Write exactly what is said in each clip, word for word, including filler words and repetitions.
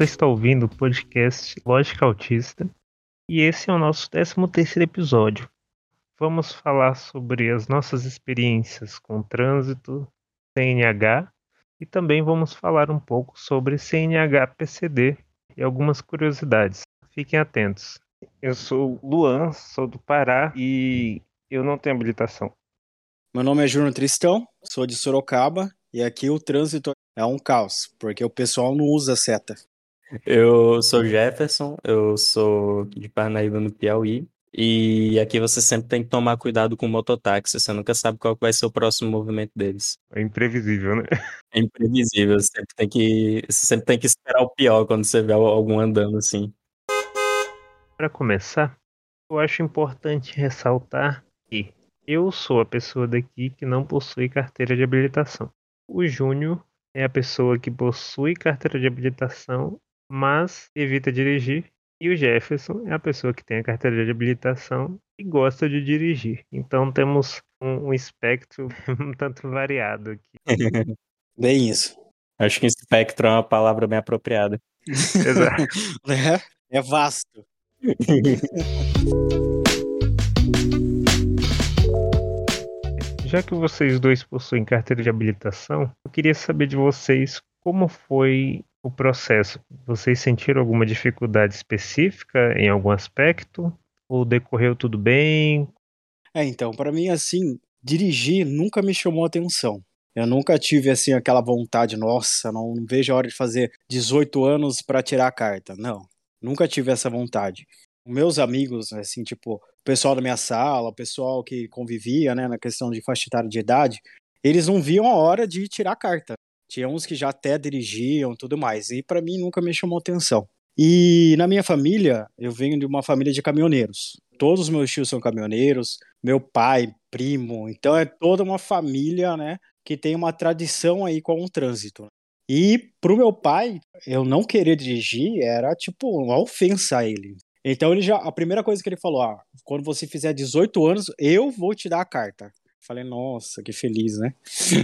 Você está ouvindo o podcast Lógica Autista e esse é o nosso décimo terceiro episódio. Vamos falar sobre as nossas experiências com trânsito, C N H e também vamos falar um pouco sobre C N H P C D e algumas curiosidades. Fiquem atentos. Eu sou Luan, sou do Pará e eu não tenho habilitação. Meu nome é Júnior Tristão, sou de Sorocaba e aqui o trânsito é um caos, porque o pessoal não usa seta. Eu sou Jefferson, eu sou de Parnaíba, no Piauí, e aqui você sempre tem que tomar cuidado com o mototáxi, você nunca sabe qual vai ser o próximo movimento deles. É imprevisível, né? É imprevisível, você sempre tem que, você sempre tem que esperar o pior quando você vê algum andando assim. Para começar, eu acho importante ressaltar que eu sou a pessoa daqui que não possui carteira de habilitação. O Júnior é a pessoa que possui carteira de habilitação, mas evita dirigir. E o Jefferson é a pessoa que tem a carteira de habilitação e gosta de dirigir. Então temos um, um espectro um tanto variado aqui. Bem isso. Acho que espectro é uma palavra bem apropriada. Exato. É, é vasto. Já que vocês dois possuem carteira de habilitação, eu queria saber de vocês como foi o processo. Vocês sentiram alguma dificuldade específica em algum aspecto? Ou decorreu tudo bem? É, então, para mim, assim, dirigir nunca me chamou atenção. Eu nunca tive, assim, aquela vontade, nossa, não, não vejo a hora de fazer dezoito anos para tirar a carta. Não, nunca tive essa vontade. Meus amigos, assim, tipo, o pessoal da minha sala, o pessoal que convivia, né, na questão de faixa etária de idade, eles não viam a hora de tirar a carta. Tinha uns que já até dirigiam, tudo mais, e para mim nunca me chamou atenção. E na minha família, eu venho de uma família de caminhoneiros. Todos os meus tios são caminhoneiros, meu pai, primo, então é toda uma família, né, que tem uma tradição aí com o trânsito. E pro meu pai, eu não querer dirigir era tipo uma ofensa a ele. Então ele já, a primeira coisa que ele falou, ah, quando você fizer dezoito anos, eu vou te dar a carta. Falei, nossa, que feliz, né?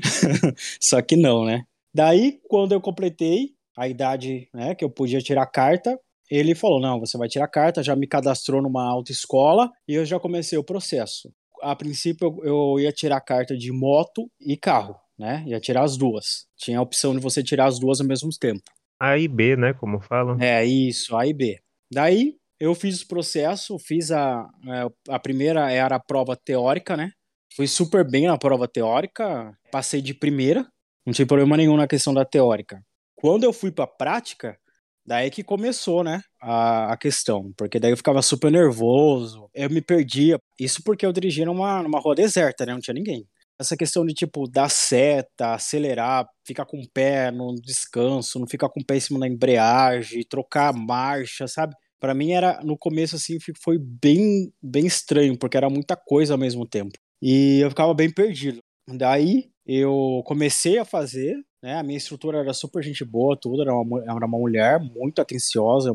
Só que não, né? Daí, quando eu completei a idade, né, que eu podia tirar a carta, ele falou, não, você vai tirar a carta, já me cadastrou numa autoescola e eu já comecei o processo. A princípio, eu, eu ia tirar a carta de moto e carro, né? Ia tirar as duas. Tinha a opção de você tirar as duas ao mesmo tempo. A e B, né, como falam. É, isso, A e B. Daí, eu fiz o processo, fiz a, a primeira era a prova teórica, né? Fui super bem na prova teórica, passei de primeira, não tinha problema nenhum na questão da teórica. Quando eu fui pra prática, daí que começou, né, a, a questão, porque daí eu ficava super nervoso, eu me perdia, isso porque eu dirigia numa, numa rua deserta, né, não tinha ninguém. Essa questão de, tipo, dar seta, acelerar, ficar com o pé no descanso, não ficar com o pé em cima da embreagem, trocar a marcha, sabe? Pra mim era, no começo, assim, foi bem, bem estranho, porque era muita coisa ao mesmo tempo. E eu ficava bem perdido. Daí eu comecei a fazer, né? A minha instrutora era super gente boa, tudo, era uma, era uma mulher muito atenciosa.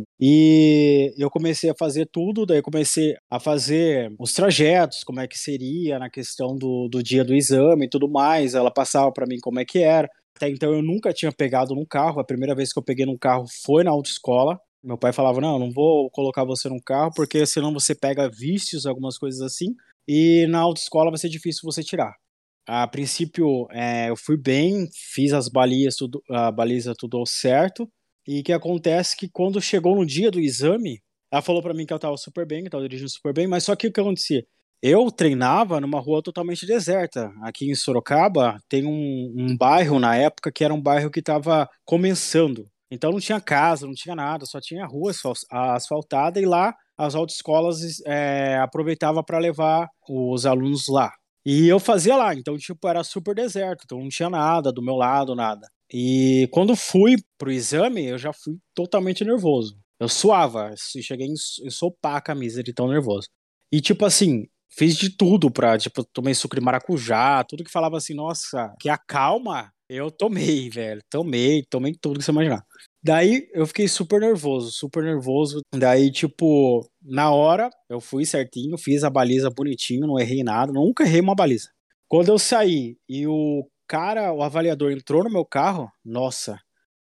E eu comecei a fazer tudo, daí eu comecei a fazer os trajetos, como é que seria na questão do, do dia do exame e tudo mais. Ela passava para mim como é que era. Até então eu nunca tinha pegado num carro, a primeira vez que eu peguei num carro foi na autoescola. Meu pai falava, não, não vou colocar você num carro, porque senão você pega vícios, algumas coisas assim, e na autoescola vai ser difícil você tirar. A princípio, é, eu fui bem, fiz as balizas, tudo, a baliza tudo certo, e o que acontece é que quando chegou no dia do exame, ela falou pra mim que eu tava super bem, que eu tava dirigindo super bem, mas só que o que acontecia? Eu treinava numa rua totalmente deserta. Aqui em Sorocaba tem um, um bairro, na época, que era um bairro que tava começando. Então não tinha casa, não tinha nada, só tinha rua asfaltada e lá as autoescolas é, aproveitavam para levar os alunos lá. E eu fazia lá, então tipo era super deserto, então não tinha nada do meu lado, nada. E quando fui pro exame, eu já fui totalmente nervoso. Eu suava, cheguei a ensopar a camisa de tão nervoso. E tipo assim, fiz de tudo pra, tipo, tomei suco de maracujá, tudo que falava assim, nossa, que acalma, eu tomei, velho. Tomei, tomei tudo que você imaginar. Daí eu fiquei super nervoso, super nervoso. Daí, tipo, na hora eu fui certinho, fiz a baliza bonitinho, não errei nada, nunca errei uma baliza. Quando eu saí e o cara, o avaliador entrou no meu carro, nossa,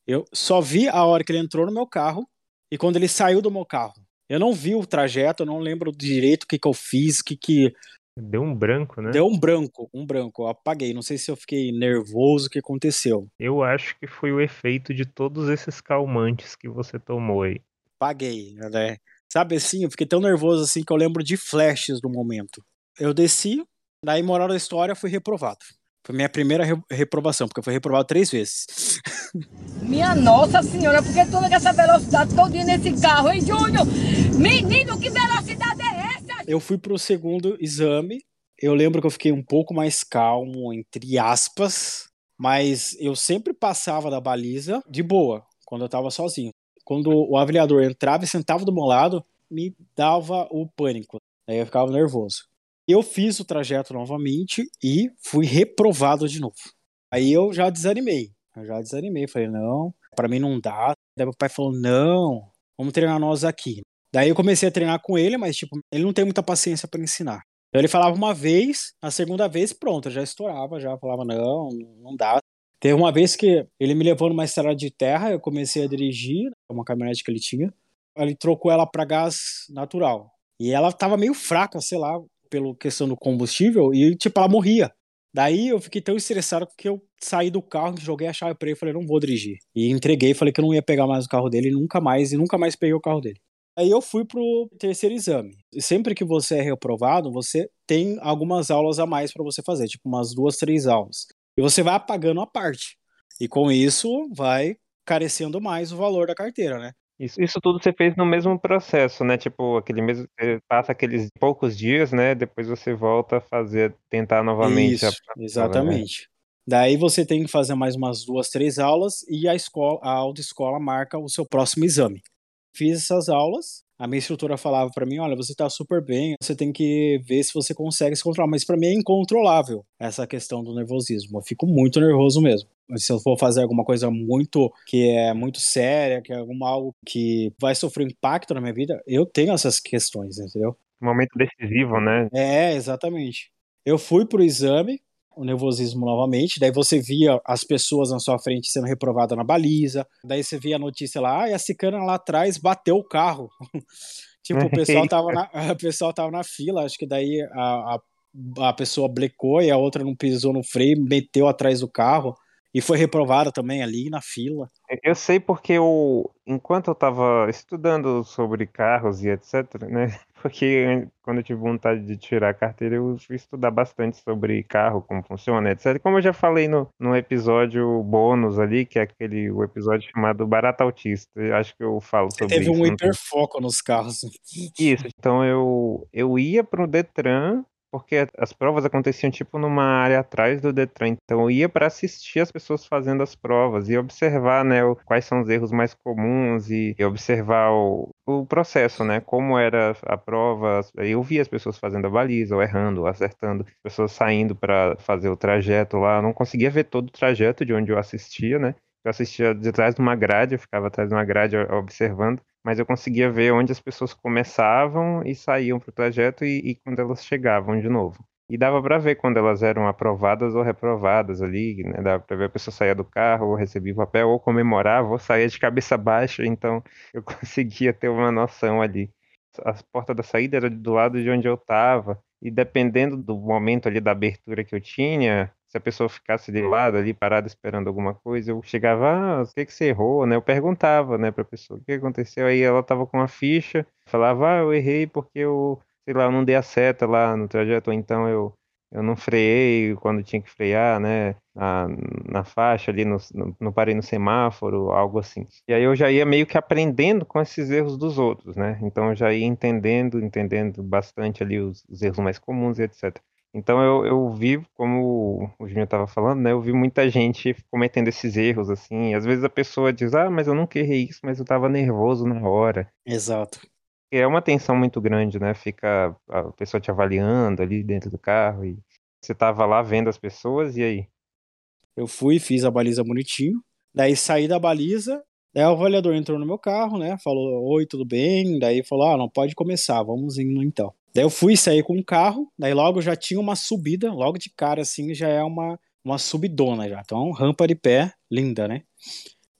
Eu só vi a hora que ele entrou no meu carro e quando ele saiu do meu carro. Eu não vi o trajeto, eu não lembro direito o que, que eu fiz, o que, que. Deu um branco, né? Deu um branco, um branco. Eu apaguei. Não sei se eu fiquei nervoso, o que aconteceu. Eu acho que foi o efeito de todos esses calmantes que você tomou aí. Paguei, né? Sabe assim, eu fiquei tão nervoso assim que eu lembro de flashes do momento. Eu desci, daí, moral da história, fui reprovado. Foi minha primeira re- reprovação, porque eu fui reprovado três vezes. Minha Nossa Senhora, por que toda essa velocidade todinha nesse carro, hein, Júnior? Menino, que velocidade é essa? Eu fui pro segundo exame. Eu lembro que eu fiquei um pouco mais calmo, entre aspas, mas eu sempre passava da baliza de boa, quando eu tava sozinho. Quando o avaliador entrava e sentava do meu lado, me dava o pânico. Aí eu ficava nervoso. Eu fiz o trajeto novamente e fui reprovado de novo. Aí eu já desanimei. Eu já desanimei. Falei, não, pra mim não dá. Daí meu pai falou, não, vamos treinar nós aqui. Daí eu comecei a treinar com ele, mas tipo, ele não tem muita paciência pra ensinar. Então ele falava uma vez, na segunda vez, pronto, eu já estourava, já falava, não, não dá. Teve uma vez que ele me levou numa estrada de terra, eu comecei a dirigir, uma caminhonete que ele tinha. Ele trocou ela pra gás natural. E ela tava meio fraca, sei lá, pela questão do combustível, e tipo, ela morria. Daí eu fiquei tão estressado que eu saí do carro, joguei a chave pra ele e falei, não vou dirigir. E entreguei, falei que eu não ia pegar mais o carro dele, nunca mais, e nunca mais peguei o carro dele. Aí eu fui pro terceiro exame. E sempre que você é reprovado, você tem algumas aulas a mais pra você fazer, tipo umas duas, três aulas. E você vai apagando a parte. E com isso vai carecendo mais o valor da carteira, né? Isso, isso tudo você fez no mesmo processo, né? Tipo, aquele mesmo, você passa aqueles poucos dias, né? Depois você volta a fazer, tentar novamente a, Isso, a prova, né? exatamente. Daí você tem que fazer mais umas duas, três aulas e a escola, a autoescola marca o seu próximo exame. Fiz essas aulas, a minha instrutora falava pra mim, olha, você tá super bem, você tem que ver se você consegue se controlar, mas pra mim é incontrolável essa questão do nervosismo. Eu fico muito nervoso mesmo. Se eu for fazer alguma coisa muito que é muito séria, que é alguma algo que vai sofrer impacto na minha vida, eu tenho essas questões, entendeu? Momento decisivo, né? É, exatamente. Eu fui pro exame, o nervosismo novamente, daí você via as pessoas na sua frente sendo reprovadas na baliza, daí você via a notícia lá, ah, e a cicana lá atrás bateu o carro. Tipo, o pessoal tava na, o pessoal tava na fila, acho que daí a, a, a pessoa blecou e a outra não pisou no freio, meteu atrás do carro e foi reprovada também ali na fila. Eu sei porque eu, enquanto eu estava estudando sobre carros e etc, né? Porque quando eu tive vontade de tirar a carteira, eu fui estudar bastante sobre carro, como funciona, etc. Como eu já falei no, no episódio bônus ali, que é aquele o episódio chamado Barata Autista. Eu acho que eu falo Você sobre teve isso, um não tem? hiperfoco nos carros. Isso, então eu, eu ia para o Detran, porque as provas aconteciam tipo numa área atrás do Detran, então eu ia para assistir as pessoas fazendo as provas e observar, né, o- quais são os erros mais comuns e, e observar o, o processo, né, como era a prova. Eu via as pessoas fazendo a baliza, ou errando, ou acertando, pessoas saindo para fazer o trajeto lá. Eu não conseguia ver todo o trajeto de onde eu assistia, né? Eu assistia de trás de uma grade, eu ficava atrás de uma grade ó, observando, mas eu conseguia ver onde as pessoas começavam e saíam para o trajeto e, e quando elas chegavam de novo. E dava para ver quando elas eram aprovadas ou reprovadas ali, né? Dava para ver a pessoa saía do carro, ou recebia o papel, ou comemorava, ou saía de cabeça baixa, então eu conseguia ter uma noção ali. A porta da saída era do lado de onde eu estava, e dependendo do momento ali da abertura que eu tinha, se a pessoa ficasse de lado ali, parada esperando alguma coisa, eu chegava, ah, o que que você errou, né? Eu perguntava, né, pra pessoa, o que aconteceu? Aí ela tava com a ficha, falava, ah, eu errei porque eu, sei lá, eu não dei a seta lá no trajeto, ou então eu, eu não freiei quando tinha que frear, né, na, na faixa ali, no, no, não parei no semáforo, algo assim. E aí eu já ia meio que aprendendo com esses erros dos outros, né? Então eu já ia entendendo, entendendo bastante ali os, os erros mais comuns e etc. Então eu, eu vi, como o Júnior estava falando, né? Eu vi muita gente cometendo esses erros, assim. Às vezes a pessoa diz, ah, mas eu nunca errei isso, mas eu estava nervoso na hora. Exato. E é uma tensão muito grande, né? Fica a pessoa te avaliando ali dentro do carro e você estava lá vendo as pessoas e aí? Eu fui, fiz a baliza bonitinho. Daí saí da baliza. Daí o avaliador entrou no meu carro, né? Falou, oi, tudo bem? Daí falou, ah, não pode começar, vamos indo então. Daí eu fui sair com o carro. Daí logo já tinha uma subida, logo de cara assim já é uma, uma subidona já. Então, rampa de pé, linda, né?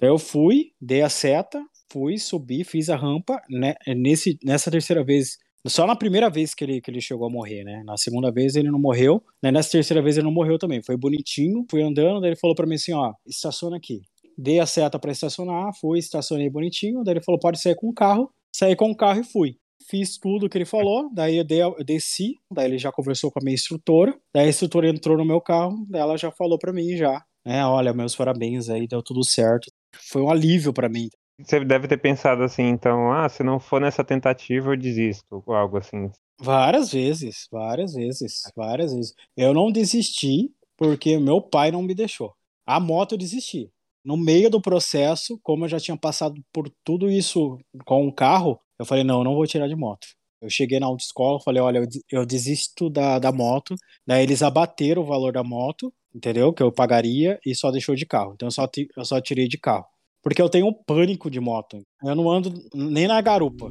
Daí eu fui, dei a seta, fui, subi, fiz a rampa, né? Nesse, nessa terceira vez, só na primeira vez que ele, que ele chegou a morrer, né? Na segunda vez ele não morreu, né? Nessa terceira vez ele não morreu também. Foi bonitinho, fui andando, daí ele falou pra mim assim, ó, estaciona aqui. Dei a seta pra estacionar, fui, estacionei bonitinho, daí ele falou, pode sair com o carro. Saí com o carro e fui. Fiz tudo que ele falou, daí eu, dei, eu desci, daí ele já conversou com a minha instrutora, daí a instrutora entrou no meu carro, daí ela já falou pra mim já, é, olha, meus parabéns aí, deu tudo certo. Foi um alívio pra mim. Você deve ter pensado assim, então, ah, se não for nessa tentativa, eu desisto, ou algo assim. Várias vezes, várias vezes, várias vezes. Eu não desisti porque meu pai não me deixou. A moto eu desisti. No meio do processo, como eu já tinha passado por tudo isso com o carro, eu falei, não, eu não vou tirar de moto. Eu cheguei na autoescola, falei, olha, eu, de- eu desisto da, da moto. Daí eles abateram o valor da moto, entendeu? Que eu pagaria e só deixou de carro. Então eu só, ti- eu só tirei de carro. Porque eu tenho um pânico de moto. Eu não ando nem na garupa.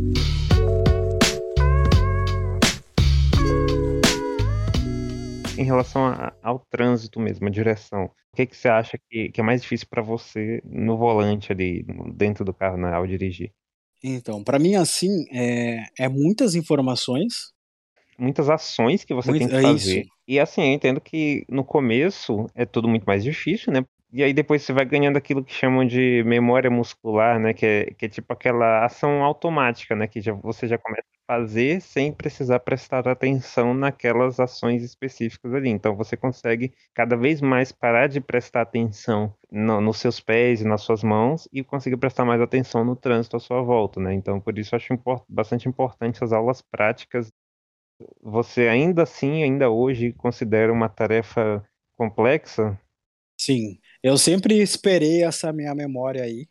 Em relação a- ao trânsito mesmo, a direção, o que que você acha que, que é mais difícil para você no volante ali, no- dentro do carro, né, ao dirigir? Então, para mim, assim, é, é muitas informações. Muitas ações que você tem Muito, que é isso. fazer. E assim, eu entendo que no começo é tudo muito mais difícil, né? E aí depois você vai ganhando aquilo que chamam de memória muscular, né? Que é, que é tipo aquela ação automática, né? Que já, você já começa a fazer sem precisar prestar atenção naquelas ações específicas ali. Então você consegue cada vez mais parar de prestar atenção no- nos seus pés e nas suas mãos e conseguir prestar mais atenção no trânsito à sua volta, né? Então por isso eu acho impor- bastante importante as aulas práticas. Você ainda assim, ainda hoje, considera uma tarefa complexa? Sim. Eu sempre esperei essa minha memória aí,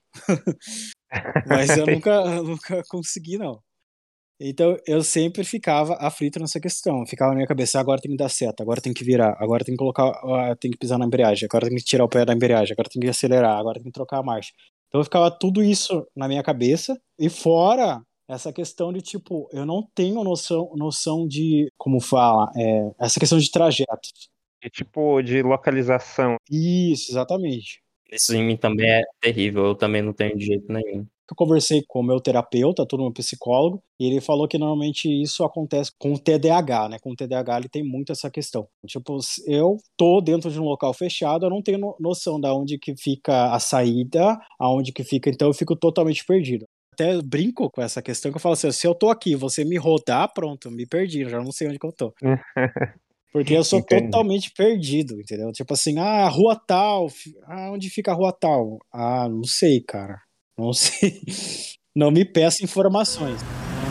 mas eu nunca, eu nunca consegui, não. Então, eu sempre ficava aflito nessa questão. Ficava na minha cabeça, agora tem que dar seta, agora tem que virar, agora tem que colocar, ah, tem que pisar na embreagem, agora tem que tirar o pé da embreagem, agora tem que acelerar, agora tem que trocar a marcha. Então, ficava tudo isso na minha cabeça. E fora essa questão de, tipo, eu não tenho noção, noção de, como fala, é, essa questão de trajetos. E tipo de localização. Isso, exatamente. Isso em mim também é terrível, eu também não tenho de jeito nenhum. Eu conversei com o meu terapeuta, todo meu psicólogo, e ele falou que normalmente isso acontece com o T D A H, né? Com o T D A H ele tem muito essa questão. Tipo, se eu tô dentro de um local fechado, eu não tenho no- noção da onde que fica a saída, aonde que fica, então eu fico totalmente perdido. Até brinco com essa questão que eu falo assim, se eu tô aqui, você me rodar, pronto, me perdi, eu já não sei onde que eu tô. Porque eu sou Entendi. totalmente perdido, entendeu? Tipo assim, ah, rua tal, fi- ah, onde fica a rua tal? Ah, não sei, cara. Não sei. Não me peça informações.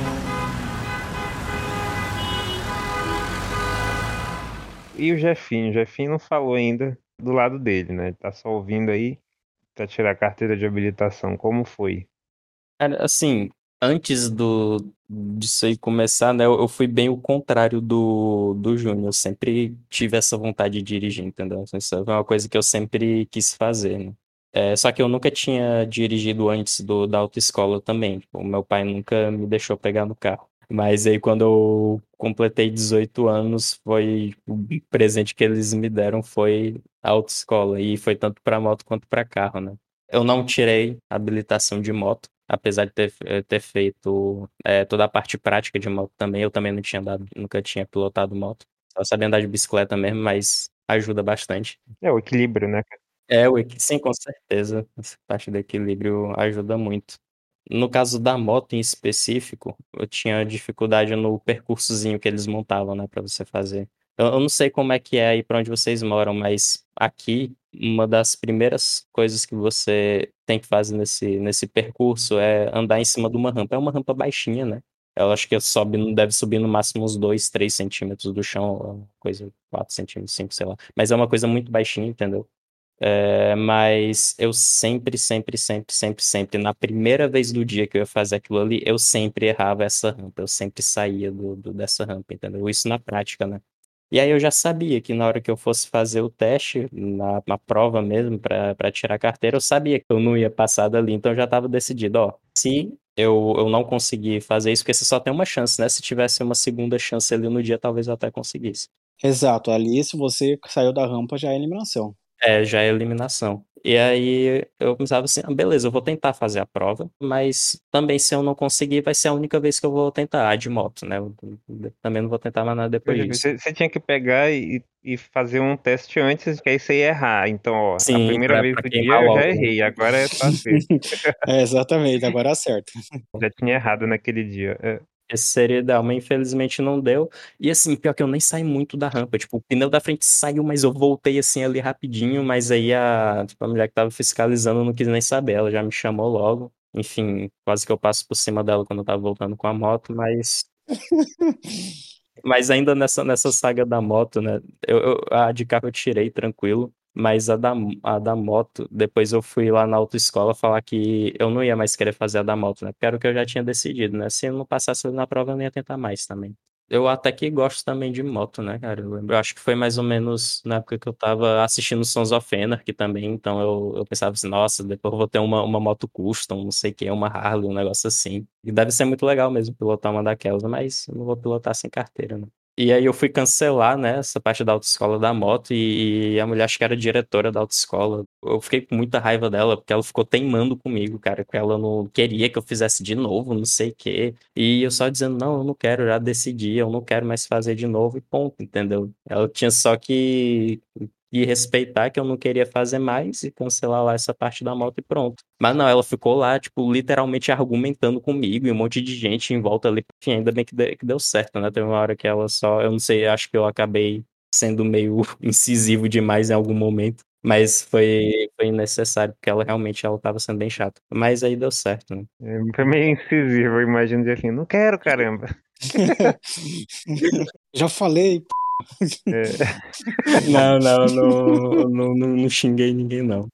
E o Jefinho? O Jefinho não falou ainda do lado dele, né? Tá só ouvindo aí pra tirar a carteira de habilitação. Como foi? Cara, assim, antes do disso aí começar, né, eu, eu fui bem o contrário do, do Júnior. Eu sempre tive essa vontade de dirigir, entendeu? Isso é uma coisa que eu sempre quis fazer, né? É, só que eu nunca tinha dirigido antes do, da autoescola também. Tipo, o meu pai nunca me deixou pegar no carro. Mas aí, quando eu completei dezoito anos, foi o presente que eles me deram foi a autoescola. E foi tanto para moto quanto para carro, né? Eu não tirei habilitação de moto, apesar de ter, eh, ter feito eh, toda a parte prática de moto também. Eu também não tinha andado, nunca tinha pilotado moto. Só sabia andar de bicicleta mesmo, mas ajuda bastante. É o equilíbrio, né? É, o equi- sim, com certeza. Essa parte do equilíbrio ajuda muito. No caso da moto em específico, eu tinha dificuldade no percursozinho que eles montavam, né, para você fazer. Eu, eu não sei como é que é aí para onde vocês moram, mas aqui uma das primeiras coisas que você tem que fazer nesse, nesse percurso é andar em cima de uma rampa. É uma rampa baixinha, né? Eu acho que sobe, não deve subir no máximo uns dois, três centímetros do chão, ou coisa, quatro centímetros, cinco, sei lá. Mas é uma coisa muito baixinha, entendeu? É, mas eu sempre, sempre, sempre, sempre, sempre, na primeira vez do dia que eu ia fazer aquilo ali, eu sempre errava essa rampa, eu sempre saía do, do- dessa rampa, entendeu? Isso na prática, né? E aí eu já sabia que na hora que eu fosse fazer o teste, na, na prova mesmo, para para tirar a carteira, eu sabia que eu não ia passar dali, então eu já estava decidido, ó, se eu, eu não conseguir fazer isso, porque você só tem uma chance, né? Se tivesse uma segunda chance ali no dia, talvez eu até conseguisse. Exato, ali se você saiu da rampa já é eliminação. É, já é eliminação. E aí eu pensava assim, ah, beleza, eu vou tentar fazer a prova, mas também se eu não conseguir, vai ser a única vez que eu vou tentar, a de moto, né? Eu também não vou tentar mais nada depois disso. Você, você tinha que pegar e, e fazer um teste antes, que aí você ia errar. Então, ó, a Sim, primeira pra, vez pra do queimar dia eu já logo, né? errei, agora é tua vez. É, exatamente, agora acerta. Já tinha errado naquele dia. É. Esse seria ideal, mas infelizmente não deu. E assim, pior que eu nem saí muito da rampa. Tipo, o pneu da frente saiu, mas eu voltei assim ali rapidinho. Mas aí a, tipo, a mulher que tava fiscalizando não quis nem saber. Ela já me chamou logo. Enfim, quase que eu passo por cima dela quando eu tava voltando com a moto, mas. Mas ainda nessa, nessa saga da moto, né? Eu, eu- a de carro eu tirei tranquilo. Mas a da, a da moto, depois eu fui lá na autoescola falar que eu não ia mais querer fazer a da moto, né? Porque era o que eu já tinha decidido, né? Se eu não passasse na prova, eu não ia tentar mais também. Eu até que gosto também de moto, né, cara? Eu lembro, eu acho que foi mais ou menos na época que eu tava assistindo Sons of Anarchy também, então eu, eu pensava assim, nossa, depois eu vou ter uma, uma moto custom, não sei o que, uma Harley, um negócio assim. E deve ser muito legal mesmo pilotar uma daquelas, mas eu não vou pilotar sem carteira, né? E aí eu fui cancelar, né, essa parte da autoescola da moto e, e a mulher acho que era diretora da autoescola. Eu fiquei com muita raiva dela, porque ela ficou teimando comigo, cara, que ela não queria que eu fizesse de novo, não sei o quê. E eu só dizendo, não, eu não quero, eu já decidi, eu não quero mais fazer de novo e ponto, entendeu? Ela tinha só que e respeitar que eu não queria fazer mais e cancelar lá essa parte da moto e pronto. Mas não, ela ficou lá, tipo, literalmente argumentando comigo e um monte de gente em volta ali. Enfim, ainda bem que, de- que deu certo, né? Teve uma hora que ela só, eu não sei, acho que eu acabei sendo meio incisivo demais em algum momento. Mas foi, foi necessário, porque ela realmente ela tava sendo bem chata. Mas aí deu certo, né? É, foi meio incisivo, eu imagino dizer assim, não quero, caramba. Já falei. É. Não, não, não, não, não, não xinguei ninguém, não.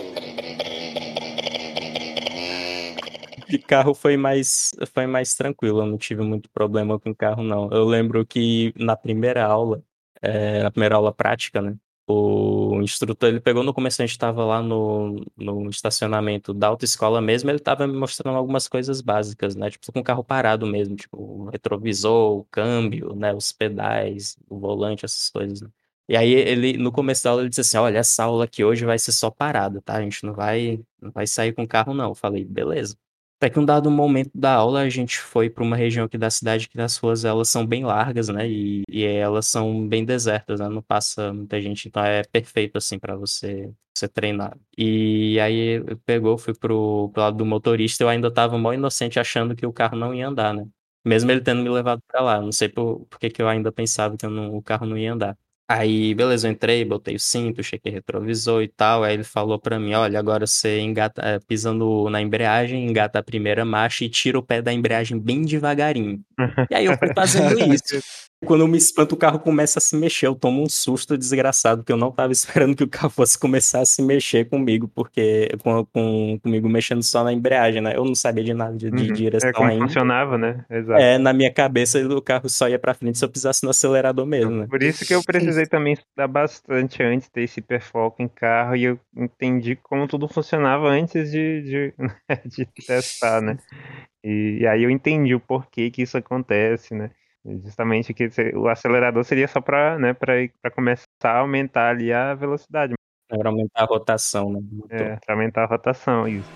De carro foi mais, foi mais tranquilo, eu não tive muito problema com carro, não. Eu lembro que na primeira aula, é, na primeira aula prática, né? O instrutor, ele pegou no começo, a gente estava lá no, no estacionamento da autoescola mesmo, ele estava me mostrando algumas coisas básicas, né? Tipo, com o carro parado mesmo, tipo, o retrovisor, o câmbio, né? Os pedais, o volante, essas coisas, né? E aí ele, no começo da aula, ele disse assim, olha, essa aula aqui hoje vai ser só parada, tá? A gente não vai, não vai sair com carro, não. Eu falei, beleza. Até que um dado momento da aula a gente foi para uma região aqui da cidade que as ruas elas são bem largas, né? E, e elas são bem desertas, né? Não passa muita gente, então é perfeito assim para você você treinar. E aí eu pegou, fui pro, pro lado do motorista, eu ainda tava mó inocente achando que o carro não ia andar, né? Mesmo ele tendo me levado para lá, não sei por, por que que eu ainda pensava que eu não- o carro não ia andar. Aí, beleza, eu entrei, botei o cinto, chequei retrovisor e tal. Aí ele falou pra mim: olha, agora você engata, é, pisa no- na embreagem, engata a primeira marcha e tira o pé da embreagem bem devagarinho. E aí eu fui fazendo isso. Quando eu me espanto, o carro começa a se mexer. Eu tomo um susto desgraçado, porque eu não tava esperando que o carro fosse começar a se mexer comigo, porque com, com- comigo mexendo só na embreagem, né? Eu não sabia de nada de, de Uhum. É direção como ainda. funcionava, né? Exato. É, na minha cabeça o carro só ia pra frente se eu pisasse no acelerador mesmo, né? Por isso que eu precisei também estudar bastante antes, ter esse hiperfoco em carro, e eu entendi como tudo funcionava antes de, de, de testar, né? E, e aí eu entendi o porquê que isso acontece, né? Justamente que se- o acelerador seria só para, né, para começar a aumentar ali a velocidade, Era aumentar a rotação, né, do motor. é, para aumentar a rotação, isso.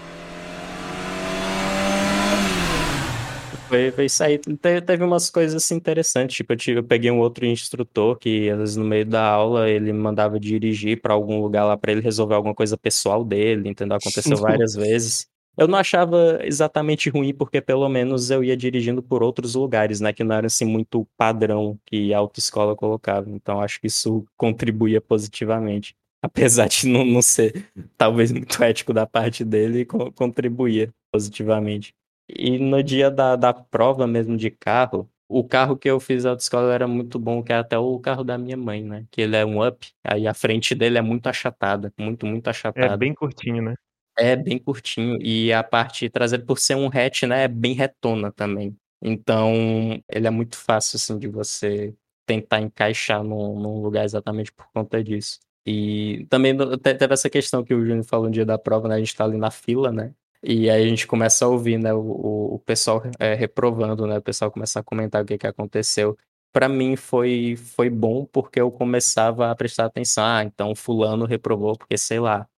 Foi, foi isso aí. Te- Teve umas coisas assim interessantes. Tipo, eu, tive, eu peguei um outro instrutor que, às vezes, no meio da aula, ele me mandava dirigir pra algum lugar lá pra ele resolver alguma coisa pessoal dele, entendeu? Aconteceu várias vezes. Eu não achava exatamente ruim, porque pelo menos eu ia dirigindo por outros lugares, né? Que não era assim muito padrão que a autoescola colocava. Então, acho que isso contribuía positivamente. Apesar de não, não ser talvez muito ético da parte dele, co- contribuía positivamente. E no dia da, da prova mesmo de carro, o carro que eu fiz a autoescola era muito bom, que é até o carro da minha mãe, né? Que ele é um up, aí a frente dele é muito achatada, muito, muito É achatada. bem curtinho, né? É bem curtinho, e a parte traseira, por ser um hatch, né, é bem retona também. Então, ele é muito fácil, assim, de você tentar encaixar num, num lugar exatamente por conta disso. E também no- te- teve essa questão que o Júnior falou no dia da prova, né? A gente tá ali na fila, né? E aí a gente começa a ouvir, né, o, o o pessoal é, reprovando, né? O pessoal começa a comentar o que que aconteceu. Para mim foi, foi bom porque eu começava a prestar atenção. Ah, então fulano reprovou porque, sei lá,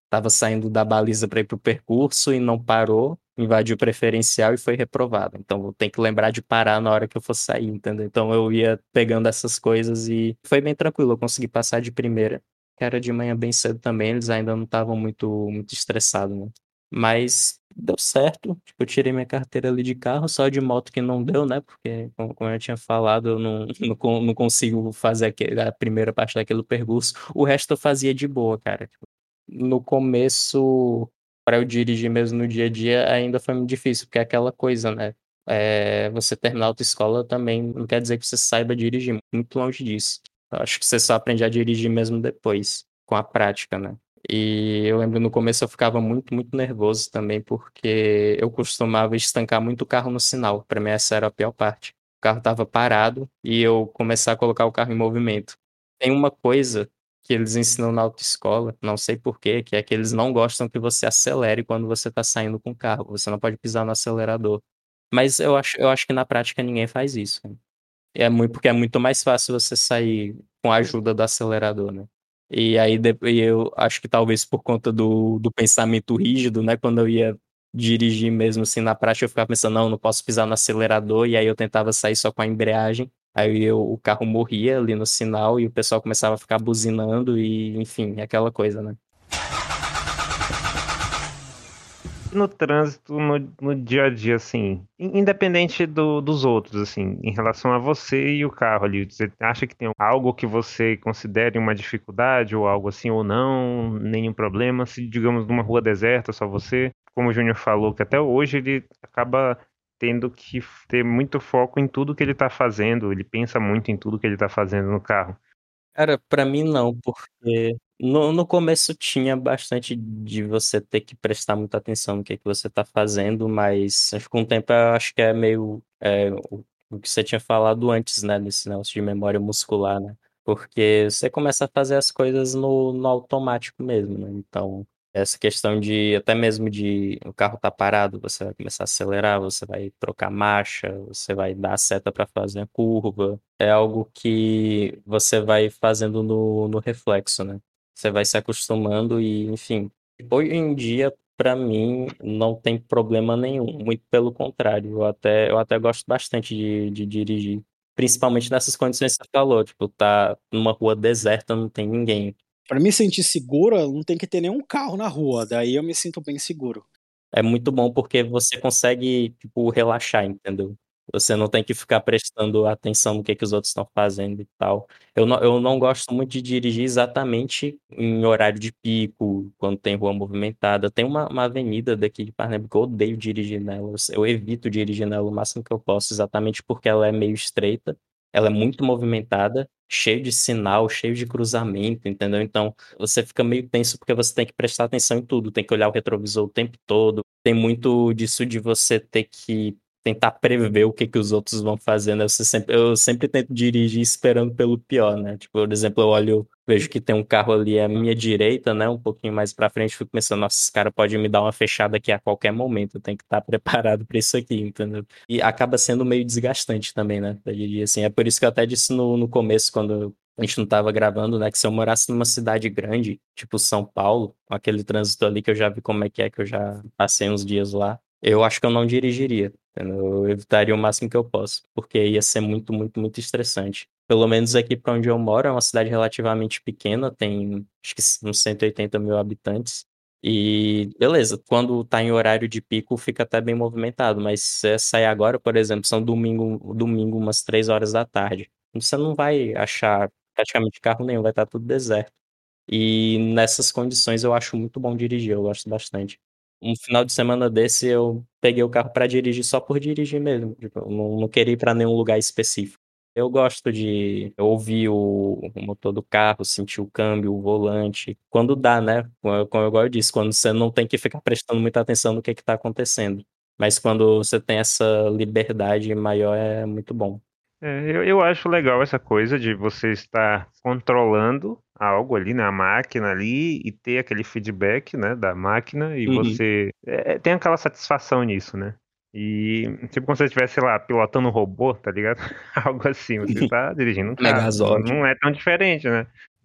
tava saindo da baliza para ir pro percurso e não parou, invadiu o preferencial e foi reprovado. Então eu tenho que lembrar de parar na hora que eu for sair, entendeu? Então eu ia pegando essas coisas e foi bem tranquilo, eu consegui passar de primeira, que era de manhã bem cedo também, eles ainda não estavam muito, muito estressados, né? Mas deu certo, tipo, eu tirei minha carteira ali de carro, só de moto que não deu, né? Porque, como, como eu tinha falado, eu não, não, con- não consigo fazer aquele, a primeira parte daquele percurso. O resto eu fazia de boa, cara. Tipo, no começo, para eu dirigir mesmo no dia a dia, ainda foi muito difícil, porque é aquela coisa, né? É, você terminar a autoescola também não quer dizer que você saiba dirigir, muito longe disso. Eu acho que você só aprende a dirigir mesmo depois, com a prática, né? E eu lembro no começo eu ficava muito, muito nervoso também, porque eu costumava estancar muito o carro no sinal. Para mim, essa era a pior parte. O carro estava parado e eu começar a colocar o carro em movimento. Tem uma coisa que eles ensinam na autoescola, não sei por quê, que é que eles não gostam que você acelere quando você está saindo com o carro. Você não pode pisar no acelerador. Mas eu acho, eu acho que na prática ninguém faz isso. Né? É muito, porque é muito mais fácil você sair com a ajuda do acelerador, né? E aí de- e eu acho que talvez por conta do, do pensamento rígido, né? Quando eu ia dirigir mesmo assim na prática, eu ficava pensando, não, não posso pisar no acelerador, e aí eu tentava sair só com a embreagem. Aí eu, o carro morria ali no sinal e o pessoal começava a ficar buzinando e, enfim, aquela coisa, né? No trânsito, no, no dia a dia, assim, in- independente do- dos outros, assim, em relação a você e o carro ali, você acha que tem algo que você considere uma dificuldade ou algo assim ou não, nenhum problema, se digamos numa rua deserta, só você, como o Júnior falou, que até hoje ele acaba tendo que f- ter muito foco em tudo que ele tá fazendo, ele pensa muito em tudo que ele tá fazendo no carro. Cara, pra mim não, porque no, no começo tinha bastante de você ter que prestar muita atenção no que, que você tá fazendo, mas acho que com o tempo eu acho que é meio é, o, o que você tinha falado antes, né, nesse negócio de memória muscular, né? Porque você começa a fazer as coisas no, no automático mesmo, né? Então, essa questão de, até mesmo de o carro tá parado, você vai começar a acelerar, você vai trocar marcha, você vai dar a seta para fazer a curva. É algo que você vai fazendo no, no reflexo, né? Você vai se acostumando e, enfim. Hoje em dia, para mim, não tem problema nenhum. Muito pelo contrário, eu até, eu até gosto bastante de, de dirigir. Principalmente nessas condições que você falou, tipo, tá numa rua deserta, não tem ninguém. Pra me sentir segura, não tem que ter nenhum carro na rua. Daí eu me sinto bem seguro. É muito bom porque você consegue, tipo, relaxar, entendeu? Você não tem que ficar prestando atenção no que que os outros estão fazendo e tal. Eu não, eu não gosto muito de dirigir exatamente em horário de pico, quando tem rua movimentada. Tem uma, uma avenida daqui de Parnaíba que eu odeio dirigir nela. Eu evito dirigir nela o máximo que eu posso, exatamente porque ela é meio estreita, ela é muito movimentada, cheio de sinal, cheio de cruzamento, entendeu? Então, você fica meio tenso porque você tem que prestar atenção em tudo, tem que olhar o retrovisor o tempo todo. Tem muito disso de você ter que tentar prever o que que os outros vão fazer, né? Você sempre, eu sempre tento dirigir esperando pelo pior, né? Tipo, por exemplo, eu olho, vejo que tem um carro ali à minha direita, né? Um pouquinho mais pra frente, fico pensando, nossa, esse cara pode me dar uma fechada aqui a qualquer momento, eu tenho que estar preparado pra isso aqui, entendeu? E acaba sendo meio desgastante também, né? Eu diria assim. É por isso que eu até disse no, no começo, quando a gente não tava gravando, né? Que se eu morasse numa cidade grande, tipo São Paulo, com aquele trânsito ali que eu já vi como é que é, que eu já passei uns dias lá, eu acho que eu não dirigiria. Entendeu? Eu evitaria o máximo que eu posso, porque ia ser muito, muito, muito estressante. Pelo menos aqui para onde eu moro, é uma cidade relativamente pequena, tem acho que uns cento e oitenta mil habitantes. E beleza, quando tá em horário de pico fica até bem movimentado, mas se você sair agora, por exemplo, são domingo, domingo umas três horas da tarde. Você não vai achar praticamente carro nenhum, vai estar tudo deserto. E nessas condições eu acho muito bom dirigir, eu gosto bastante. Um final de semana desse eu peguei o carro para dirigir só por dirigir mesmo. Tipo, eu não, não queria ir para nenhum lugar específico. Eu gosto de ouvir o, o motor do carro, sentir o câmbio, o volante. Quando dá, né? Como como igual eu disse, quando você não tem que ficar prestando muita atenção no que está acontecendo. Mas quando você tem essa liberdade maior, é muito bom. É, eu, eu acho legal essa coisa de você estar controlando algo ali, né, a máquina ali, e ter aquele feedback, né, da máquina, e Uhum. você é, tem aquela satisfação nisso, né? E tipo como se você estivesse, sei lá, pilotando um robô, tá ligado? Algo assim, você tá dirigindo um carro. Não, Megazord. não é tão diferente, né?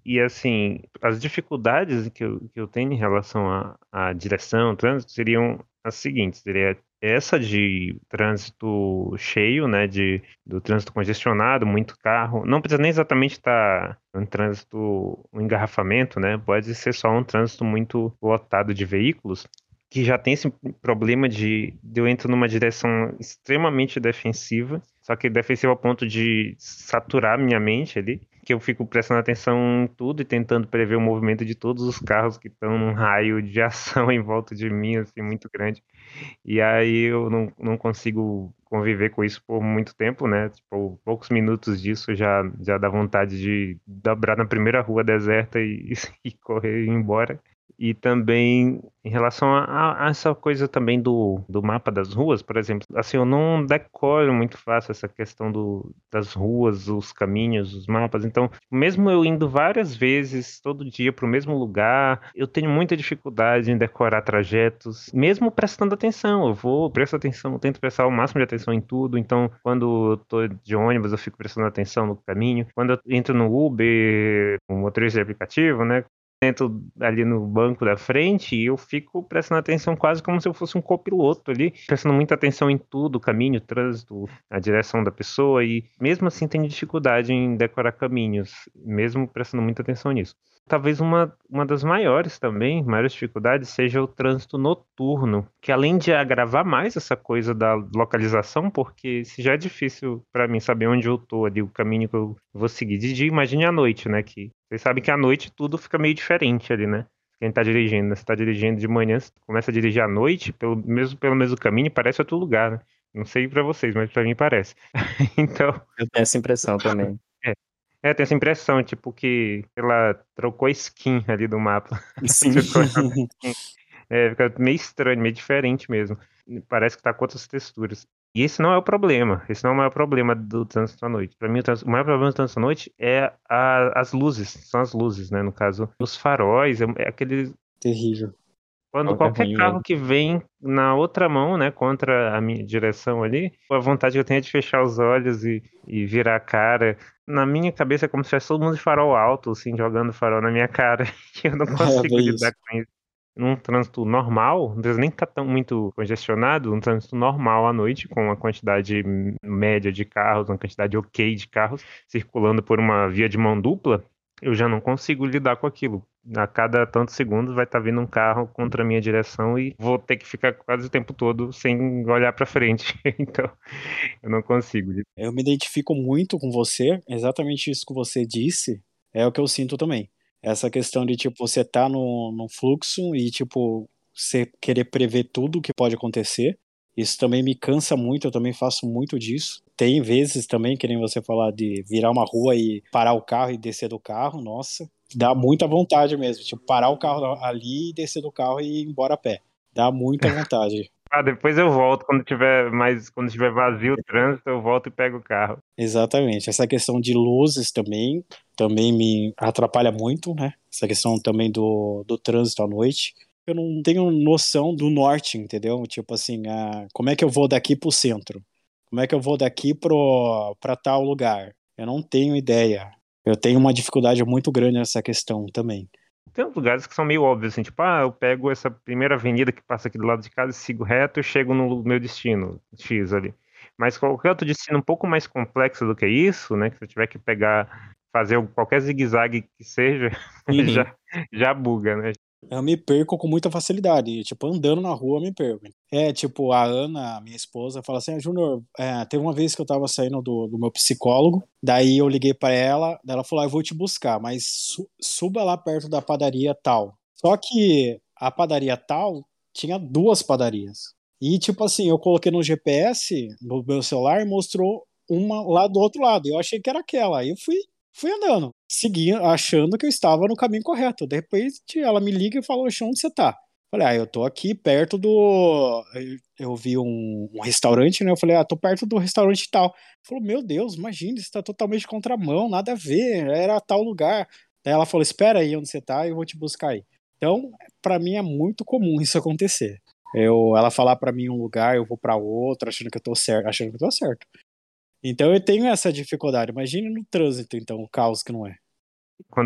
E assim, as dificuldades que eu, que eu tenho em relação à, à direção, ao trânsito, seriam as seguintes: seria essa de trânsito cheio, né? De, do trânsito congestionado, muito carro. Não precisa nem exatamente estar um trânsito, um engarrafamento, né? Pode ser só um trânsito muito lotado de veículos, que já tem esse problema de, de eu entro numa direção extremamente defensiva, só que defensiva ao ponto de saturar minha mente ali, que eu fico prestando atenção em tudo e tentando prever o movimento de todos os carros que estão num raio de ação em volta de mim, assim, muito grande. E aí eu não, não consigo conviver com isso por muito tempo, né? Tipo, poucos minutos disso já, já dá vontade de dobrar na primeira rua deserta e, e correr e ir embora. E também em relação a, a essa coisa também do, do mapa das ruas, por exemplo, assim, eu não decoro muito fácil essa questão do, das ruas, os caminhos, os mapas. Então, mesmo eu indo várias vezes, todo dia, para o mesmo lugar, eu tenho muita dificuldade em decorar trajetos, mesmo prestando atenção. Eu vou, presto atenção, tento prestar o máximo de atenção em tudo. Então, quando eu tô de ônibus, eu fico prestando atenção no caminho. Quando eu entro no Uber, um motorista de aplicativo, né? Sento ali no banco da frente e eu fico prestando atenção quase como se eu fosse um copiloto ali, prestando muita atenção em tudo, o caminho, o trânsito, a direção da pessoa, e mesmo assim tenho dificuldade em decorar caminhos, mesmo prestando muita atenção nisso. Talvez uma, uma das maiores também, maiores dificuldades, seja o trânsito noturno, que além de agravar mais essa coisa da localização, porque se já é difícil para mim saber onde eu tô ali, o caminho que eu vou seguir de dia, imagine à noite, né, que vocês sabem que à noite tudo fica meio diferente ali, né? Quem tá dirigindo, né? Você tá dirigindo de manhã, você começa a dirigir à noite, pelo mesmo, pelo mesmo caminho, parece outro lugar, né? Não sei pra vocês, mas pra mim parece. Então, Eu tenho essa impressão também. é, é, tem essa impressão, tipo, que ela trocou a skin ali do mapa. Sim. Trocou a skin. É, fica meio estranho, meio diferente mesmo. Parece que tá com outras texturas. E esse não é o problema. Esse não é o maior problema do trânsito à noite. Para mim, o, trânsito, o maior problema do trânsito à noite é a, as luzes. São as luzes, né? No caso, os faróis, é, é aquele. Terrível. Quando É qualquer ruim carro mesmo. que vem na outra mão, né, contra a minha direção ali, a vontade que eu tenho é de fechar os olhos e, e virar a cara. Na minha cabeça é como se tivesse todo mundo de farol alto, assim, jogando farol na minha cara. E eu não É, consigo bem lidar isso. com isso. Num trânsito normal, não precisa nem estar tão muito congestionado, um trânsito normal à noite, com uma quantidade m- média de carros, uma quantidade ok de carros, circulando por uma via de mão dupla, eu já não consigo lidar com aquilo. A cada tantos segundos vai estar vindo um carro contra a minha direção e vou ter que ficar quase o tempo todo sem olhar para frente. Então, eu não consigo. Eu me identifico muito com você, exatamente isso que você disse, é o que eu sinto também. Essa questão de, tipo, você tá no, no fluxo e, tipo, você querer prever tudo o que pode acontecer. Isso também me cansa muito, eu também faço muito disso. Tem vezes também, que nem você falar, de virar uma rua e parar o carro e descer do carro, nossa, dá muita vontade mesmo. Tipo, parar o carro ali e descer do carro e ir embora a pé. Dá muita vontade. Ah, depois eu volto quando tiver mais, quando tiver vazio o trânsito, eu volto e pego o carro. Exatamente. Essa questão de luzes também, também me atrapalha muito, né? Essa questão também do, do trânsito à noite. Eu não tenho noção do norte, entendeu? Tipo assim, ah, como é que eu vou daqui pro centro? Como é que eu vou daqui pro, pra tal lugar? Eu não tenho ideia. Eu tenho uma dificuldade muito grande nessa questão também. Tem uns lugares que são meio óbvios, assim, tipo, ah, eu pego essa primeira avenida que passa aqui do lado de casa e sigo reto e chego no meu destino, X ali. Mas qualquer outro destino um pouco mais complexo do que isso, né, que você tiver que pegar, fazer qualquer zigue-zague que seja, Uhum. já, já buga, né? Eu me perco com muita facilidade. Tipo, andando na rua, eu me perco. É, tipo, a Ana, minha esposa, fala assim: ah, Júnior, é, teve uma vez que eu tava saindo do, do meu psicólogo, daí eu liguei pra ela, daí ela falou: ah, eu vou te buscar, mas su- suba lá perto da padaria tal. Só que a padaria tal tinha duas padarias. E, tipo assim, eu coloquei no G P S, no meu celular, e mostrou uma lá do outro lado. Eu achei que era aquela. Aí eu fui Fui andando, segui, achando que eu estava no caminho correto. De repente, ela me liga e fala: "Oxe, onde você tá?" Falei: ah, eu tô aqui perto do. Eu vi um, um restaurante, né? Eu falei: ah, tô perto do restaurante tal. Falou: meu Deus, imagina, você tá totalmente contramão, nada a ver, era tal lugar. Daí ela falou: espera aí onde você tá, eu vou te buscar aí. Então, pra mim é muito comum isso acontecer. Eu, ela falar pra mim um lugar, eu vou pra outro, achando que eu tô certo, achando que eu tô certo. Então eu tenho essa dificuldade. Imagine no trânsito, então, o caos que não é. Quando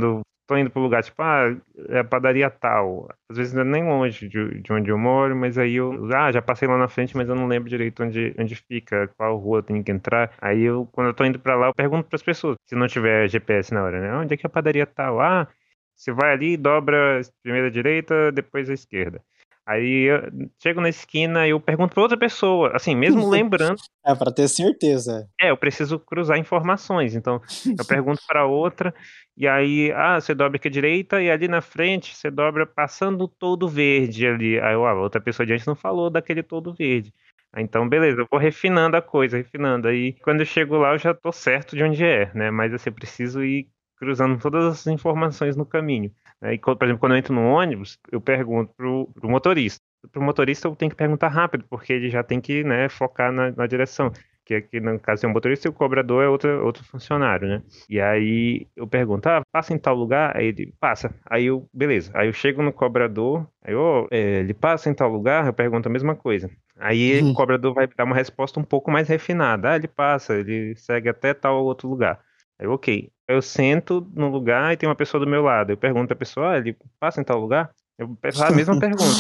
tô indo pro lugar, tipo, ah, é a padaria tal. Às vezes não é nem longe de, de onde eu moro, mas aí eu, ah, já passei lá na frente, mas eu não lembro direito onde, onde fica, qual rua eu tenho que entrar. Aí eu, quando eu tô indo pra lá, eu pergunto pras pessoas, se não tiver G P S na hora, né? Onde é que é a padaria tal? Ah, você vai ali, dobra primeiro à direita, depois à esquerda. Aí eu chego na esquina e eu pergunto pra outra pessoa, assim, mesmo lembrando. É, pra ter certeza. É, eu preciso cruzar informações, então eu pergunto para outra, e aí, ah, você dobra aqui à direita e ali na frente você dobra passando o todo verde ali. Aí eu, ah, outra pessoa adiante não falou daquele todo verde. Ah, então, beleza, eu vou refinando a coisa, refinando. Aí quando eu chego lá eu já tô certo de onde é, né? Mas assim, eu preciso ir cruzando todas as informações no caminho. Aí, por exemplo, quando eu entro no ônibus, eu pergunto pro, pro motorista. Pro motorista eu tenho que perguntar rápido, porque ele já tem que, né, focar na, na direção que aqui no caso é um motorista e o cobrador é outro, outro funcionário, né? E aí eu pergunto, ah, passa em tal lugar? Aí ele passa. Aí eu, beleza. Aí eu chego no cobrador, aí eu, é, ele passa em tal lugar? Eu pergunto a mesma coisa. Aí o cobrador vai dar uma resposta um pouco mais refinada. Ah, ele passa, ele segue até tal outro lugar. Aí eu, ok. Aí eu sento no lugar e tem uma pessoa do meu lado. Eu pergunto a pessoa, ah, ele passa em tal lugar? Eu faço a mesma pergunta.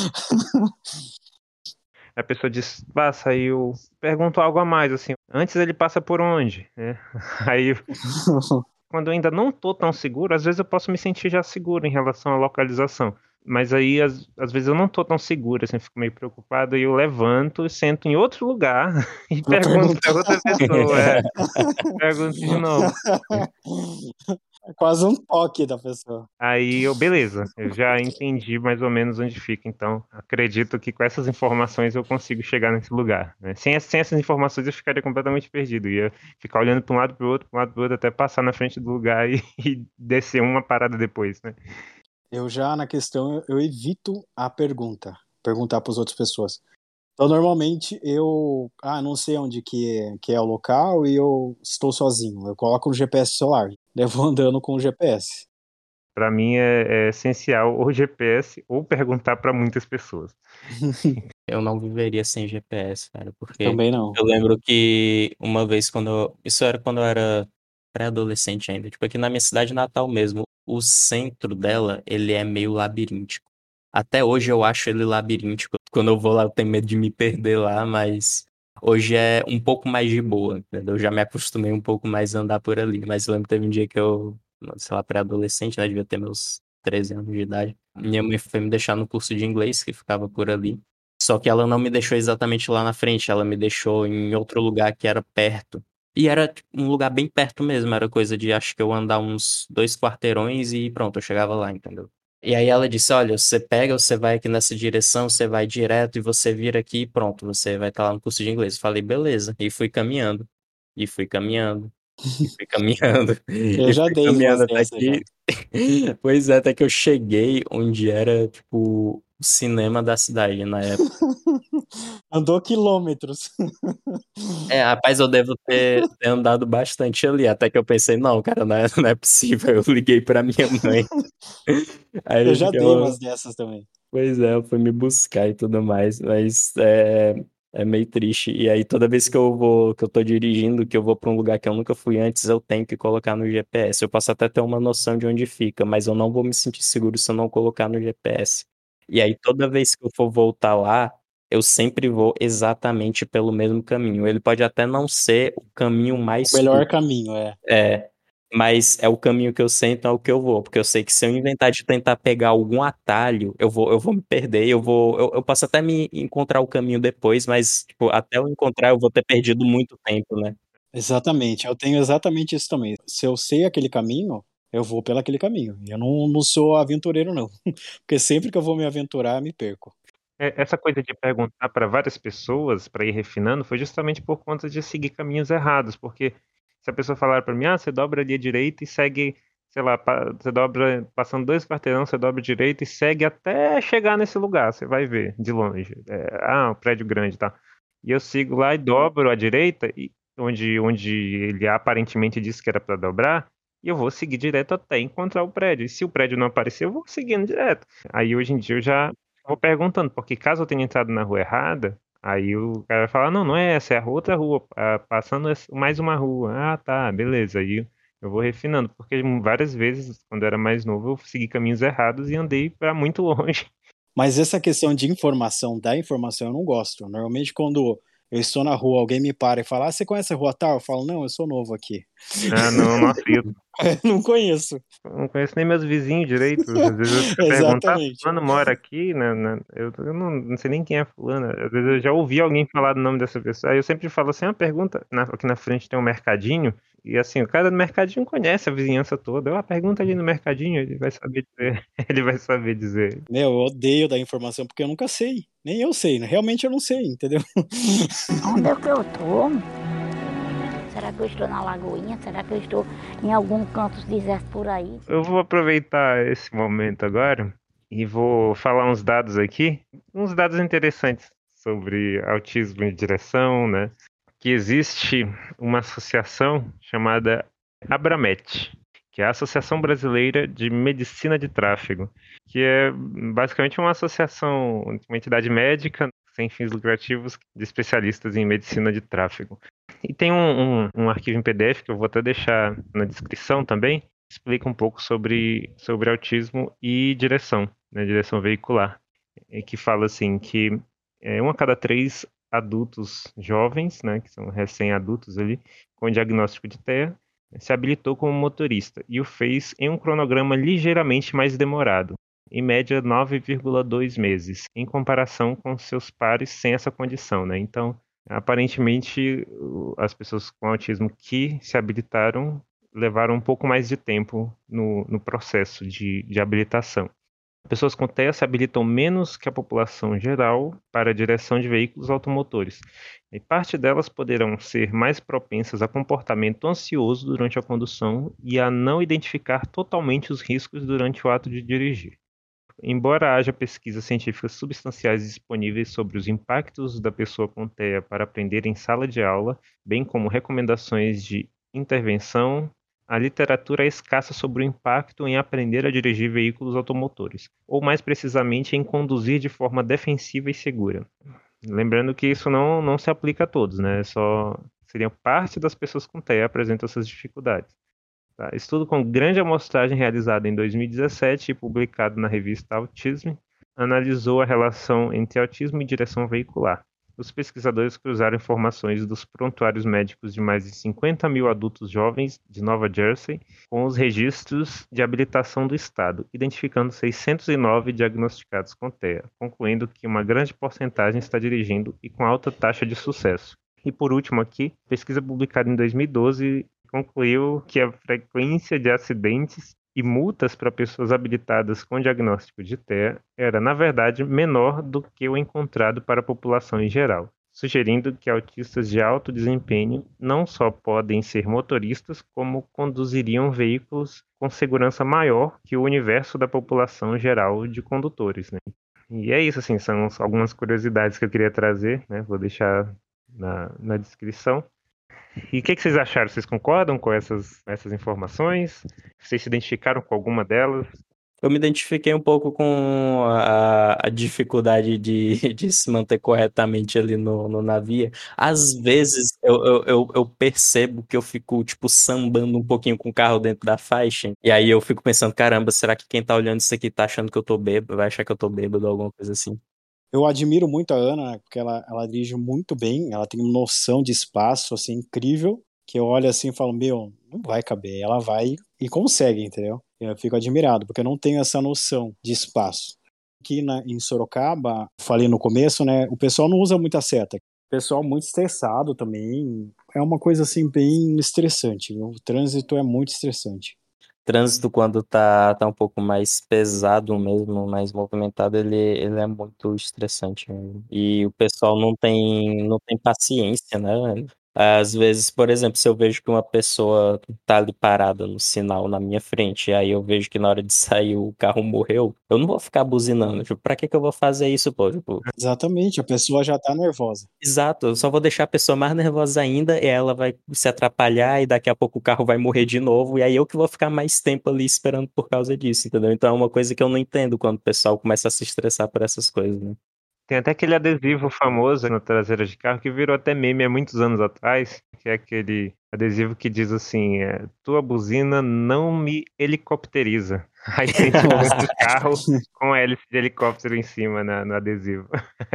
A pessoa diz, passa, aí eu pergunto algo a mais, assim, antes ele passa por onde, né? Aí, quando eu ainda não tô tão seguro, às vezes eu posso me sentir já seguro em relação à localização. Mas aí, às, às vezes eu não tô tão seguro, assim, fico meio preocupado, e eu levanto e sento em outro lugar e Pra pergunto pra perguntar. outra pessoa, é, pergunto de novo. É quase um toque da pessoa. Aí eu, beleza, eu já entendi mais ou menos onde fica, então acredito que com essas informações eu consigo chegar nesse lugar, né? Sem, sem essas informações eu ficaria completamente perdido, ia ficar olhando para um lado para o outro, para um lado para o outro, até passar na frente do lugar e, e descer uma parada depois, né? Eu já, na questão, eu evito a pergunta, perguntar para as outras pessoas. Então, normalmente, eu, ah, não sei onde que é, que é o local e eu estou sozinho. Eu coloco no G P S celular, eu vou andando com o G P S. Para mim é, é essencial ou G P S ou perguntar para muitas pessoas. Eu não viveria sem G P S, cara, porque Também não. eu lembro que uma vez quando eu, isso era quando eu era pré-adolescente ainda, tipo aqui na minha cidade natal mesmo, o centro dela, ele é meio labiríntico. Até hoje eu acho ele labiríntico. Quando eu vou lá eu tenho medo de me perder lá, mas hoje é um pouco mais de boa, entendeu? Eu já me acostumei um pouco mais a andar por ali, mas eu lembro que teve um dia que eu, sei lá, pré-adolescente, né, devia ter meus treze anos de idade. Minha mãe foi me deixar no curso de inglês que ficava por ali. Só que ela não me deixou exatamente lá na frente, ela me deixou em outro lugar que era perto. E era tipo, um lugar bem perto mesmo, era coisa de acho que eu andar uns dois quarteirões e pronto, eu chegava lá, entendeu? E aí ela disse, olha, você pega, você vai aqui nessa direção, você vai direto e você vira aqui e pronto, você vai estar lá no curso de inglês. Eu falei, beleza, e fui caminhando, e fui caminhando, e fui caminhando, Eu e já fui dei caminhando umas até dessas já. que... Pois é, até que eu cheguei onde era, tipo, o cinema da cidade na época. Andou quilômetros. É, rapaz, eu devo ter, ter andado bastante ali, até que eu pensei, não, cara, não é, não é possível. Eu liguei pra minha mãe. Aí Eu ele já dei ficou, umas dessas também. pois é, eu fui me buscar e tudo mais, mas é, é meio triste. E aí toda vez que eu vou, que eu tô dirigindo, que eu vou pra um lugar que eu nunca fui antes, eu tenho que colocar no G P S. Eu posso até ter uma noção de onde fica, mas eu não vou me sentir seguro se eu não colocar no G P S. E aí toda vez que eu for voltar lá, eu sempre vou exatamente pelo mesmo caminho. Ele pode até não ser o caminho O mais melhor curto, caminho, é. é, mas é o caminho que eu sei, então é o que eu vou, porque eu sei que se eu inventar de tentar pegar algum atalho, eu vou, eu vou me perder, eu vou, eu, eu posso até me encontrar o caminho depois, mas tipo, até eu encontrar eu vou ter perdido muito tempo, né? Exatamente, eu tenho exatamente isso também. Se eu sei aquele caminho, eu vou pelo aquele caminho. Eu não, não sou aventureiro, não. Porque sempre que eu vou me aventurar, me perco. É, essa coisa de perguntar para várias pessoas para ir refinando foi justamente por conta de seguir caminhos errados, porque se a pessoa falar para mim, ah, você dobra ali à direita e segue, sei lá, pa- você dobra, passando dois quarteirão, você dobra à direita e segue até chegar nesse lugar, você vai ver de longe. É, ah, um prédio grande, tá? E eu sigo lá e dobro à direita, e, onde, onde ele aparentemente disse que era para dobrar, e eu vou seguir direto até encontrar o prédio. E se o prédio não aparecer, eu vou seguindo direto. Aí hoje em dia eu já vou perguntando, porque caso eu tenha entrado na rua errada, aí o cara vai falar, não, não é essa, é a outra rua, ah, passando essa- mais uma rua. Ah, tá, beleza. Aí Eu vou refinando, porque várias vezes, quando eu era mais novo, eu segui caminhos errados e andei para muito longe. Mas essa questão de informação, da informação, eu não gosto. Normalmente, quando eu estou na rua, alguém me para e fala: ah, você conhece a rua tal? Eu falo: não, eu sou novo aqui. Ah, não, nossa, eu Não conheço. não conheço nem meus vizinhos direito. Às vezes eu fico perguntar, Exatamente. fulano mora aqui, né? né? Eu, eu não, não sei nem quem é fulano. Às vezes eu já ouvi alguém falar do nome dessa pessoa. Aí eu sempre falo assim, uma pergunta, na- aqui na frente tem um mercadinho, e assim, o cara do mercadinho conhece a vizinhança toda. Eu, ah, pergunta ali no mercadinho, ele vai saber dizer. Ele vai saber dizer. Meu, eu odeio dar informação porque eu nunca sei. Nem eu sei, né? Realmente eu não sei, entendeu? Onde é que eu tô? Será que eu estou na Lagoinha? Será que eu estou em algum canto deserto por aí? Eu vou aproveitar esse momento agora e vou falar uns dados aqui, uns dados interessantes sobre autismo e direção, né? Que existe uma associação chamada Abramet, que é a Associação Brasileira de Medicina de Tráfego, que é basicamente uma associação, uma entidade médica sem fins lucrativos de especialistas em medicina de tráfego. E tem um, um, um arquivo em P D F que eu vou até deixar na descrição também, que explica um pouco sobre, sobre autismo e direção, né, direção veicular, e que fala assim que é, um a cada três adultos jovens, né, que são recém-adultos ali, com diagnóstico de T E A, se habilitou como motorista e o fez em um cronograma ligeiramente mais demorado, em média nove vírgula dois meses, em comparação com seus pares sem essa condição, né? Então, aparentemente, o- as pessoas com autismo que se habilitaram levaram um pouco mais de tempo no, no processo de, de habilitação. Pessoas com T E A se habilitam menos que a população geral para a direção de veículos automotores, e parte delas poderão ser mais propensas a comportamento ansioso durante a condução e a não identificar totalmente os riscos durante o ato de dirigir. Embora haja pesquisas científicas substanciais disponíveis sobre os impactos da pessoa com T E A para aprender em sala de aula, bem como recomendações de intervenção, a literatura é escassa sobre o impacto em aprender a dirigir veículos automotores, ou mais precisamente em conduzir de forma defensiva e segura. Lembrando que isso não, não se aplica a todos, né? Só seriam parte das pessoas com T E A apresentam essas dificuldades. Tá? Estudo com grande amostragem realizado em dois mil e dezessete e publicado na revista Autism analisou a relação entre autismo e direção veicular. Os pesquisadores cruzaram informações dos prontuários médicos de mais de cinquenta mil adultos jovens de Nova Jersey com os registros de habilitação do estado, identificando seiscentos e nove diagnosticados com T E A, concluindo que uma grande porcentagem está dirigindo e com alta taxa de sucesso. E por último aqui, pesquisa publicada em dois mil e doze concluiu que a frequência de acidentes e multas para pessoas habilitadas com diagnóstico de T E A era, na verdade, menor do que o encontrado para a população em geral, sugerindo que autistas de alto desempenho não só podem ser motoristas, como conduziriam veículos com segurança maior que o universo da população geral de condutores, né? E é isso, assim, são algumas curiosidades que eu queria trazer, né? Vou deixar na, na descrição. E o que, que vocês acharam? Vocês concordam com essas, essas informações? Vocês se identificaram com alguma delas? Eu me identifiquei um pouco com a, a dificuldade de, de se manter corretamente ali no, no navio. Às vezes eu, eu, eu, eu percebo que eu fico, tipo, sambando um pouquinho com o carro dentro da faixa. E aí eu fico pensando, caramba, será que quem tá olhando isso aqui tá achando que eu tô bêbado? Vai achar que eu tô bêbado ou alguma coisa assim. Eu admiro muito a Ana, né, porque ela, ela dirige muito bem, ela tem uma noção de espaço, assim, incrível, que eu olho assim e falo, meu, não vai caber. Ela vai e consegue, entendeu? Eu fico admirado, porque eu não tenho essa noção de espaço. Aqui na, em Sorocaba, falei no começo, né, o pessoal não usa muita seta. O pessoal muito estressado também, é uma coisa, assim, bem estressante, viu? O trânsito é muito estressante. Trânsito, quando tá, tá um pouco mais pesado mesmo, mais movimentado, ele, ele é muito estressante, né? E o pessoal não tem, não tem paciência, né? Às vezes, por exemplo, se eu vejo que uma pessoa tá ali parada no sinal na minha frente, e aí eu vejo que na hora de sair o carro morreu, eu não vou ficar buzinando. Tipo, pra que que eu vou fazer isso, pô? Tipo, Exatamente, a pessoa já tá nervosa. exato, eu só vou deixar a pessoa mais nervosa ainda, e ela vai se atrapalhar, e daqui a pouco o carro vai morrer de novo, e aí eu que vou ficar mais tempo ali esperando por causa disso, entendeu? Então é uma coisa que eu não entendo quando o pessoal começa a se estressar por essas coisas, né? Tem até aquele adesivo famoso na traseira de carro que virou até meme há muitos anos atrás, que é aquele adesivo que diz assim, é, tua buzina não me helicopteriza. Aí tem tipo um carro com a hélice de helicóptero em cima na, no adesivo.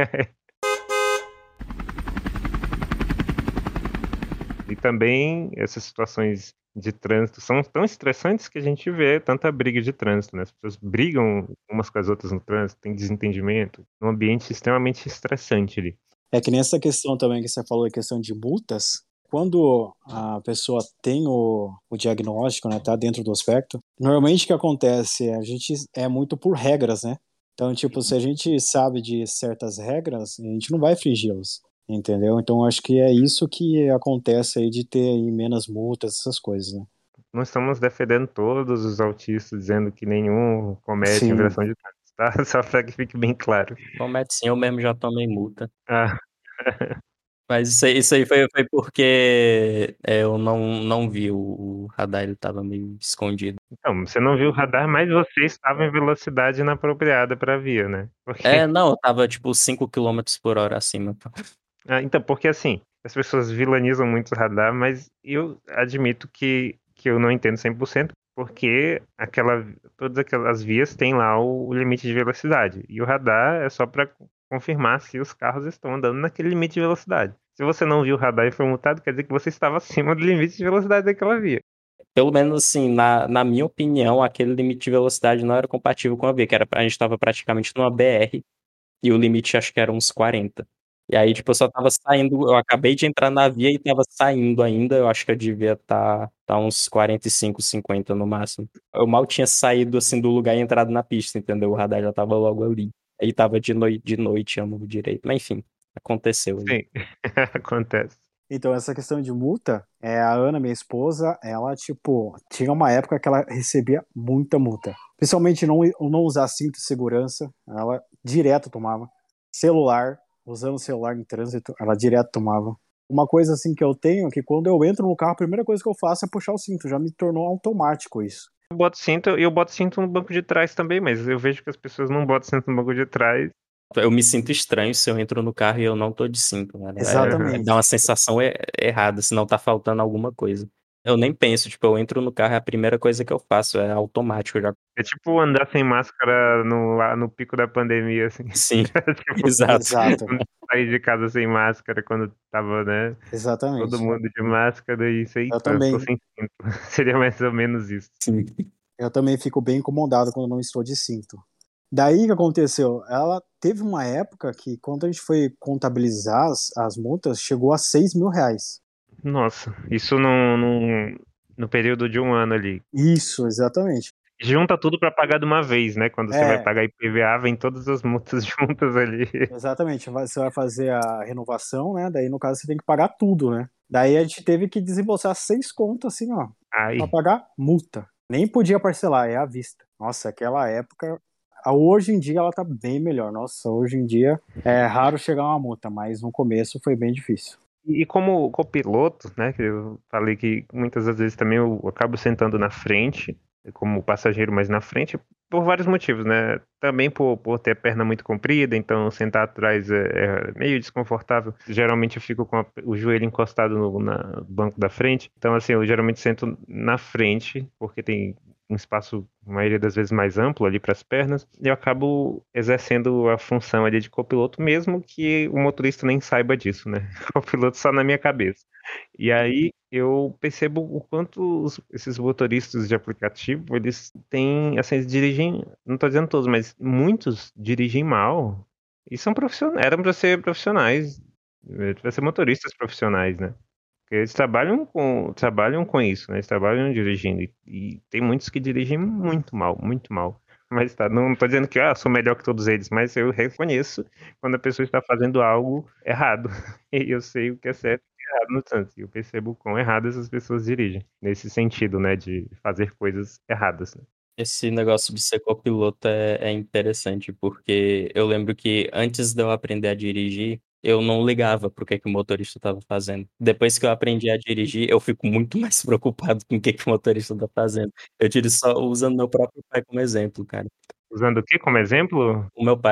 E também essas situações de trânsito são tão estressantes que a gente vê tanta briga de trânsito, né? As pessoas brigam umas com as outras no trânsito, tem desentendimento, um ambiente extremamente estressante ali. É que nessa questão também que você falou, a questão de multas, quando a pessoa tem o, o diagnóstico, né, tá dentro do aspecto, normalmente o que acontece, a gente é muito por regras, né? Então, tipo, se a gente sabe de certas regras, a gente não vai infringi-las, entendeu? Então, acho que é isso que acontece aí de ter aí menos multas, essas coisas, né? Não estamos defendendo todos os autistas, dizendo que nenhum comete Sim. infração de trânsito, tá? Só para que fique bem claro. Comete sim, eu mesmo já tomei multa. Ah. Mas isso aí, isso aí foi, foi porque é, eu não, não vi o, o radar, ele tava meio escondido. Então, você não viu o radar, mas você estava em velocidade inapropriada para a via, né? Porque... É, não, eu tava tipo cinco quilômetros por hora acima. Ah, então, porque assim, as pessoas vilanizam muito o radar, mas eu admito que, que eu não entendo cem por cento, porque aquela, todas aquelas vias têm lá o, o limite de velocidade. E o radar é só para confirmar se os carros estão andando naquele limite de velocidade. Se você não viu o radar e foi multado, quer dizer que você estava acima do limite de velocidade daquela via. Pelo menos assim, na, na minha opinião, aquele limite de velocidade não era compatível com a via, que era, a gente tava praticamente numa B R, e o limite acho que era uns quarenta. E aí, tipo, eu só tava saindo, eu acabei de entrar na via e tava saindo ainda, eu acho que eu devia tá, tá uns quarenta e cinco, cinquenta no máximo. Eu mal tinha saído, assim, do lugar e entrado na pista, entendeu? O radar já tava logo ali. Aí tava de noite, de noite, eu não vi direito. Mas enfim, aconteceu aí. Sim, acontece. Então, essa questão de multa, é, a Ana, minha esposa, ela, tipo, tinha uma época que ela recebia muita multa. Principalmente não, não usar cinto de segurança, ela direto tomava. Celular, usando o celular em trânsito, ela direto tomava. Uma coisa, assim, que eu tenho, é que quando eu entro no carro, a primeira coisa que eu faço é puxar o cinto, já me tornou automático isso. Eu boto cinto e eu boto cinto no banco de trás também, mas eu vejo que as pessoas não botam cinto no banco de trás. Eu me sinto estranho se eu entro no carro e eu não tô de cinto, né? Exatamente. É, dá uma sensação er- errada, se não tá faltando alguma coisa. Eu nem penso, tipo, eu entro no carro, é a primeira coisa que eu faço, é automático já. É tipo andar sem máscara no, lá no pico da pandemia, assim. Sim, Tipo, exato. Exato, sair de casa sem máscara quando tava, né? exatamente. Todo mundo de máscara e isso aí, Eu pô, eu também. tô sem cinto. Seria mais ou menos isso. Sim. Eu também fico bem incomodado quando não estou de cinto. Daí o que aconteceu? Ela teve uma época que, quando a gente foi contabilizar as, as multas, chegou a seis mil reais. Nossa, isso no, no, no período de um ano ali. Isso, exatamente. Junta tudo pra pagar de uma vez, né? Quando você vai É, pagar I P V A, vem todas as multas juntas ali. exatamente. Vai- Você vai fazer a renovação, né? Daí, no caso, você tem que pagar tudo, né? Daí a gente teve que desembolsar seis contas, assim, ó, Ai, pra pagar multa. Nem podia parcelar, é à vista. Nossa, aquela época. a- Hoje em dia ela tá bem melhor. Nossa, hoje em dia é raro chegar uma multa, mas no começo foi bem difícil. e como copiloto, né, que eu falei que muitas das vezes também eu acabo sentando na frente, como passageiro mais na frente, por vários motivos, né? Também por, por ter a perna muito comprida, então sentar atrás é, é meio desconfortável. Geralmente eu fico com a- o joelho encostado no na- banco da frente, então assim, eu geralmente sento na frente, porque tem um espaço, a maioria das vezes, mais amplo ali para as pernas, e eu acabo exercendo a função ali de copiloto, mesmo que o motorista nem saiba disso, né? Copiloto só na minha cabeça. E aí eu percebo o quanto os- esses motoristas de aplicativo, eles têm, assim, eles dirigem, não estou dizendo todos, mas muitos dirigem mal e são profissionais, eram para ser profissionais, para ser motoristas profissionais, né? Porque eles trabalham com, trabalham com isso, né? Eles trabalham dirigindo. E, e tem muitos que dirigem muito mal, muito mal. Mas tá, não tô dizendo que ah, sou melhor que todos eles, mas eu reconheço quando a pessoa está fazendo algo errado. E eu sei o que é certo e o que é errado no trânsito. E eu percebo o quão erradas as pessoas dirigem. Nesse sentido, né? De fazer coisas erradas, né? Esse negócio de ser copiloto é, é interessante, porque eu lembro que antes de eu aprender a dirigir, eu não ligava pro que, que o motorista estava fazendo. Depois que eu aprendi a dirigir, eu fico muito mais preocupado com o que, que o motorista está fazendo. Eu tiro só usando meu próprio pai como exemplo, cara. Usando o que como exemplo? O meu pai.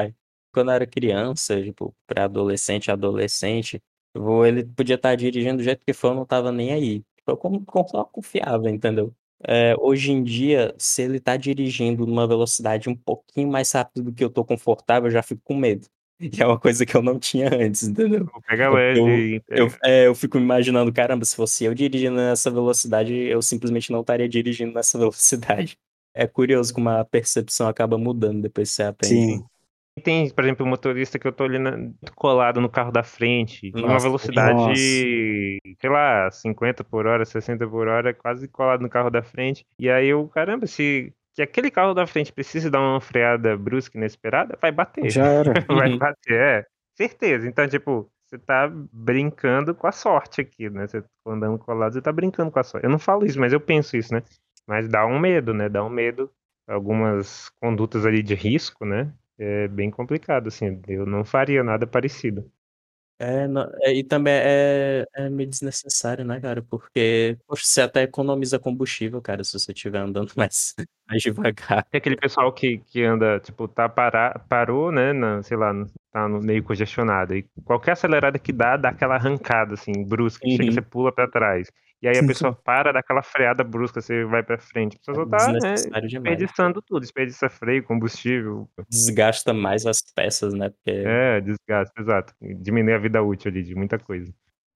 Quando eu era criança, tipo, pré-adolescente, adolescente, tipo, ele podia estar dirigindo do jeito que for, eu não estava nem aí. Tipo, eu como como só confiava, entendeu? Eh, hoje em dia, se ele tá dirigindo numa velocidade um pouquinho mais rápido do que eu tô confortável, eu já fico com medo. E é uma coisa que eu não tinha antes, entendeu? Ou pega Porque eu leve, eu pega é, eu fico imaginando: "Caramba, se fosse eu dirigindo nessa velocidade, eu simplesmente não estaria dirigindo nessa velocidade". É curioso como a percepção acaba mudando depois que você aprende. Sim. Tem, por exemplo, o motorista que eu tô ali na colado no carro da frente, em uma Nossa, horrível. Nossa. velocidade, sei lá, cinquenta por hora, sessenta por hora, quase colado no carro da frente. E aí eu, caramba, se que aquele carro da frente precisa dar uma freada brusca, inesperada, vai bater. Já era. Vai Uhum. bater, é. Certeza. Então, tipo, você tá brincando com a sorte aqui, né? Você tá andando colado, você tá brincando com a sorte. Eu não falo isso, mas eu penso isso, né? Mas dá um medo, né? Dá um medo. Algumas condutas ali de risco, né? É bem complicado, assim. Eu não faria nada parecido. É, não, é, e também é, é meio desnecessário, né, cara? Porque, poxa, você até economiza combustível, cara, se você estiver andando mais, mais devagar. Tem aquele pessoal que, que anda, tipo, tá para, parou, né? Na, sei lá, no- tá no meio congestionado. E qualquer acelerada que dá, dá aquela arrancada, assim, brusca, que chega, você Uhum. pula pra trás. E aí a pessoa para, dá aquela freada brusca, você vai pra frente. A pessoa É só tá, né, desnecessário demais. desperdiçando tudo. Desperdiça freio, combustível. Desgasta mais as peças, né? Porque É, desgaste, exato. Diminui a vida útil ali de muita coisa.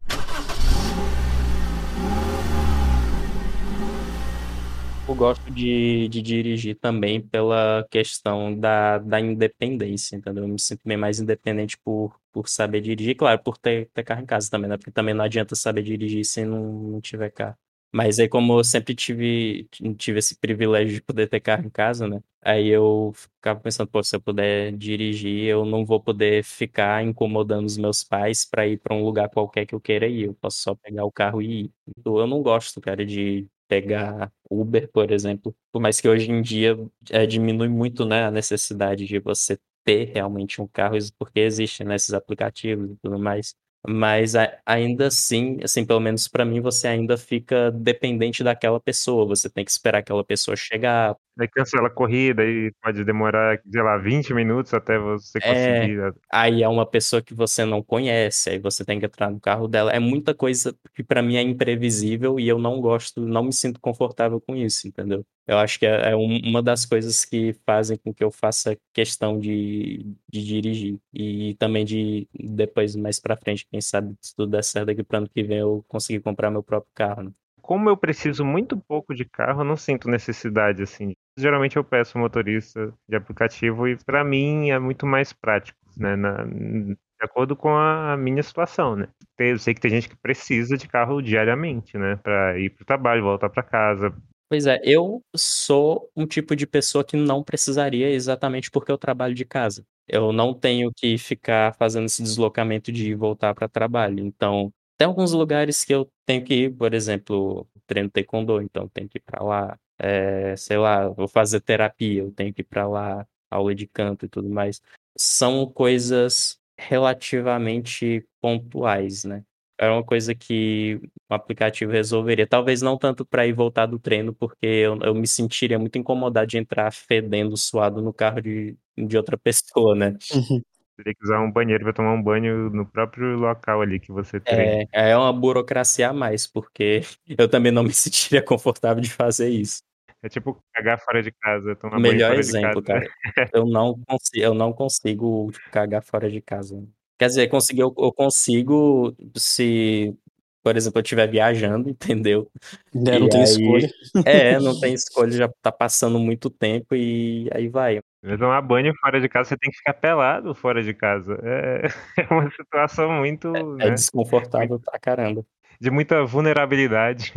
eu gosto de, de dirigir também pela questão da, da independência, entendeu? Eu me sinto bem mais independente por, por saber dirigir, claro, por ter, ter carro em casa também, né? Porque também não adianta saber dirigir se não, não tiver carro. Mas aí, como eu sempre tive, tive esse privilégio de poder ter carro em casa, né? Aí eu ficava pensando, pô, se eu puder dirigir, eu não vou poder ficar incomodando os meus pais para ir para um lugar qualquer que eu queira ir. Eu posso só pegar o carro e ir. Então, eu não gosto, cara, de pegar Uber, por exemplo. Por mais que hoje em dia é, diminui muito, né, a necessidade de você ter realmente um carro, isso porque existem, né, esses aplicativos e tudo mais. Mas a- ainda assim, assim, pelo menos para mim, você ainda fica dependente daquela pessoa. Você tem que esperar aquela pessoa chegar. Aí cancela a corrida e pode demorar, sei lá, vinte minutos até você É, conseguir. aí é uma pessoa que você não conhece, aí você tem que entrar no carro dela. É muita coisa que pra mim é imprevisível e eu não gosto, não me sinto confortável com isso, entendeu? Eu acho que é, é um- uma das coisas que fazem com que eu faça questão de, de dirigir. E também de depois, mais pra frente, quem sabe, se tudo der certo daqui pro ano que vem, eu conseguir comprar meu próprio carro, né? Como eu preciso muito pouco de carro, eu não sinto necessidade, assim. Geralmente eu peço um motorista de aplicativo e para mim é muito mais prático, né? na- de acordo com a minha situação, né? Tem- Eu sei que tem gente que precisa de carro diariamente, né? Para ir para o trabalho, voltar para casa. Pois é, eu sou um tipo de pessoa que não precisaria exatamente porque eu trabalho de casa. Eu não tenho que ficar fazendo esse deslocamento de ir e voltar para trabalho. Então, tem alguns lugares que eu tenho que ir, por exemplo, treino taekwondo, então eu tenho que ir para lá. Eh, sei lá, vou fazer terapia, eu tenho que ir para lá, aula de canto e tudo mais. São coisas relativamente pontuais, né? É uma coisa que o aplicativo resolveria. Talvez não tanto para ir voltar do treino, porque eu, eu me sentiria muito incomodado de entrar fedendo, suado no carro de, de outra pessoa, né? Teria que usar um banheiro para tomar um banho no próprio local ali que você treina. É, é uma burocracia a mais, porque eu também não me sentiria confortável de fazer isso. É tipo cagar fora de casa, O tomar banho melhor fora de exemplo, casa. cara. Eu não consigo, eu não consigo tipo, cagar fora de casa. Quer dizer, conseguir, eu, eu consigo se, por exemplo, eu estiver viajando, entendeu? Né, não E tem escolha. aí, é, não tem escolha, já tá passando muito tempo e aí vai. Mas tomar banho fora de casa, você tem que ficar pelado fora de casa. É, é uma situação muito, É né, desconfortável muito- pra caramba. de muita vulnerabilidade.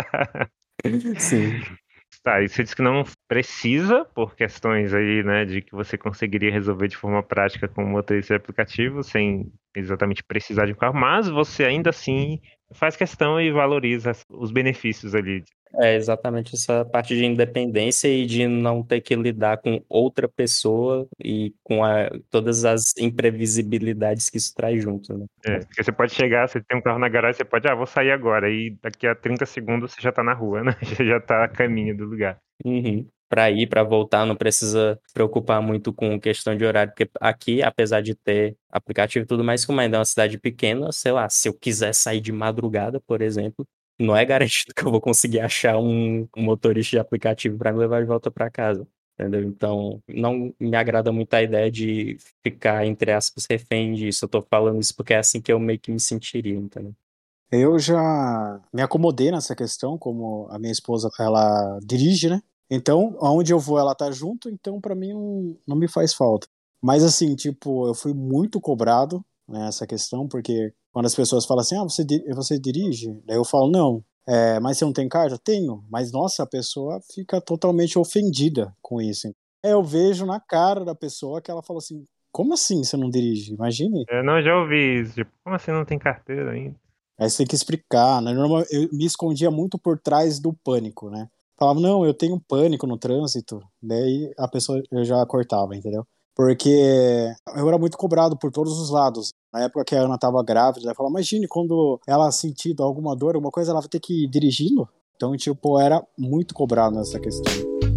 Sim. Tá, e você disse que não precisa, por questões aí, né, de que você conseguiria resolver de forma prática com o motorista de aplicativo, sem exatamente precisar de um carro, mas você ainda assim faz questão e valoriza os benefícios ali. É exatamente essa parte de independência e de não ter que lidar com outra pessoa e com a todas as imprevisibilidades que isso traz junto, né. É, porque você pode chegar, você tem um carro na garagem, você pode: "Ah, vou sair agora", e daqui a trinta segundos você já tá na rua, né, você já tá a caminho do lugar. Uhum. Pra ir, pra voltar, não precisa se preocupar muito com questão de horário, porque aqui, apesar de ter aplicativo e tudo mais, como ainda é uma cidade pequena, sei lá, se eu quiser sair de madrugada, por exemplo, não é garantido que eu vou conseguir achar um um motorista de aplicativo pra me levar de volta pra casa, entendeu. Então, não me agrada muito a ideia de ficar, entre aspas, "refém" disso. Eu tô falando isso porque é assim que eu meio que me sentiria, entendeu. Eu já me acomodei nessa questão, como a minha esposa, ela dirige, né, então aonde eu vou ela tá junto, então pra mim não não me faz falta. Mas assim, tipo, eu fui muito cobrado nessa questão, porque quando as pessoas falam assim: "Ah, você di você dirige?" Daí eu falo: "Não". Eh, "Mas você não tem carta?" "Tenho". Mas nossa, a pessoa fica totalmente ofendida com isso. Aí eu vejo na cara da pessoa que ela falou assim: "Como assim você não dirige? Imagine". É, não, eu já ouvi isso, tipo: "Como assim não tem carteira ainda?" Aí você tem que explicar, né, normal eu me escondia muito por trás do pânico, né. Falava: "Não, eu tenho pânico no trânsito", daí a pessoa eu já cortava, entendeu. Porque eu era muito cobrado por todos os lados. Na época que a Ana estava grávida, ela falava: "Imagine quando ela sentir alguma dor, alguma coisa, ela vai ter que ir dirigindo". Então, tipo, era muito cobrado nessa questão.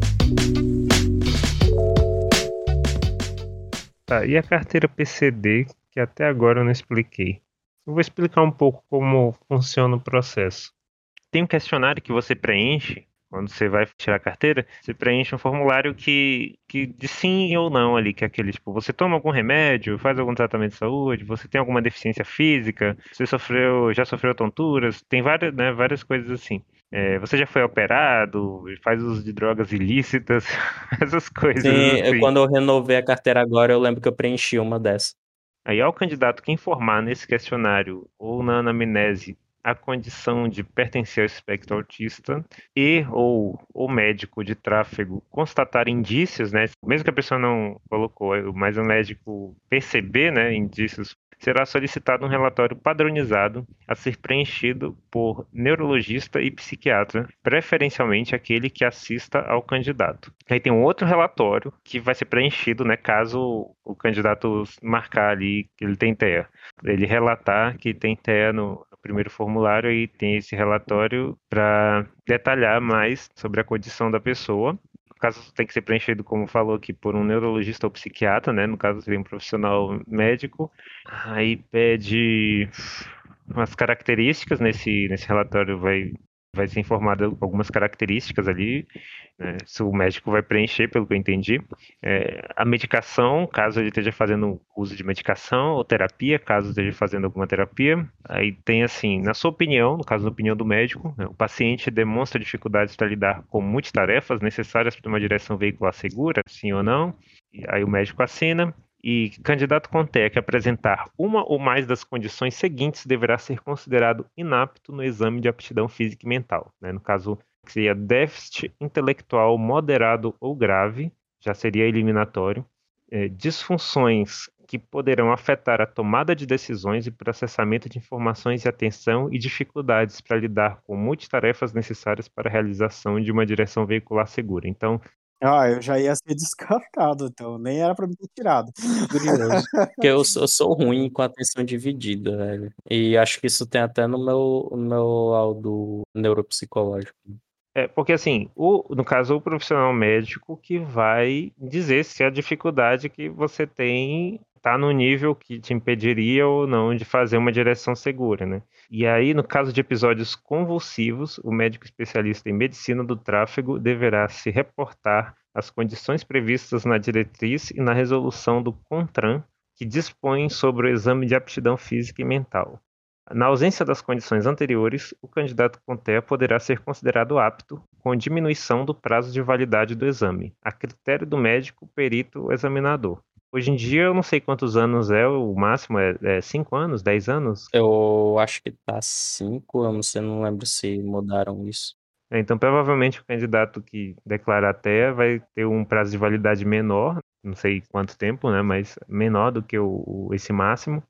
Tá, e a carteira P C D, que até agora eu não expliquei. Eu vou explicar um pouco como funciona o processo. Tem um questionário que você preenche quando você vai tirar a carteira, você preenche um formulário que, que de sim ou não ali, que é aquele tipo, você toma algum remédio, faz algum tratamento de saúde, você tem alguma deficiência física, você sofreu, já sofreu tonturas, tem várias, né, várias coisas assim. É, você já foi operado, faz uso de drogas ilícitas, essas coisas Sim, eu assim. quando eu renovei a carteira agora, eu lembro que eu preenchi uma dessa. Aí, ao candidato que informar nesse questionário ou na anamnese a condição de pertencer ao espectro autista e ou o médico de tráfego constatar indícios, né, mesmo que a pessoa não colocou, mas o médico perceber, né, indícios, será solicitado um relatório padronizado a ser preenchido por neurologista e psiquiatra, preferencialmente aquele que assista ao candidato. Aí tem um outro relatório que vai ser preenchido, né, caso o candidato marcar ali que ele tem T E A. Ele relatar que tem T E A no primeiro formulário e tem esse relatório para detalhar mais sobre a condição da pessoa. No caso, tem que ser preenchido, como falou aqui, por um neurologista ou psiquiatra, né? No caso, seria um profissional médico. Aí pede umas características nesse, nesse relatório, vai, vai ser informado algumas características ali, né, se o médico vai preencher, pelo que eu entendi. É, a medicação, caso ele esteja fazendo uso de medicação, ou terapia, caso esteja fazendo alguma terapia. Aí tem assim, na sua opinião, no caso da opinião do médico, né, o paciente demonstra dificuldades para lidar com multitarefas necessárias para uma direção veicular segura, sim ou não? E aí o médico assina. E candidato com T E A que apresentar uma ou mais das condições seguintes deverá ser considerado inapto no exame de aptidão física e mental, né? No caso, que seria déficit intelectual moderado ou grave, já seria eliminatório. É, disfunções que poderão afetar a tomada de decisões e processamento de informações e atenção e dificuldades para lidar com multitarefas necessárias para a realização de uma direção veicular segura. Então, Ah, eu já ia ser descartado, então, nem era pra me ter tirado. Curioso. Porque eu sou eu sou ruim com atenção dividida, velho. E acho que isso tem até no meu no meu laudo neuropsicológico. É, porque assim, o, no caso, o profissional médico que vai dizer se a dificuldade que você tem está no nível que te impediria ou não de fazer uma direção segura, né? E aí, no caso de episódios convulsivos, o médico especialista em medicina do tráfego deverá se reportar às condições previstas na diretriz e na resolução do CONTRAN, que dispõem sobre o exame de aptidão física e mental. Na ausência das condições anteriores, o candidato com T E A poderá ser considerado apto, com diminuição do prazo de validade do exame, a critério do médico, perito ou examinador. Hoje em dia, eu não sei quantos anos é, o máximo é, é cinco anos, dez anos? Eu acho que tá cinco anos, eu não lembro se mudaram isso. É, então, provavelmente, o candidato que declarar T E A vai ter um prazo de validade menor, não sei quanto tempo, né, mas menor do que o, o- esse máximo.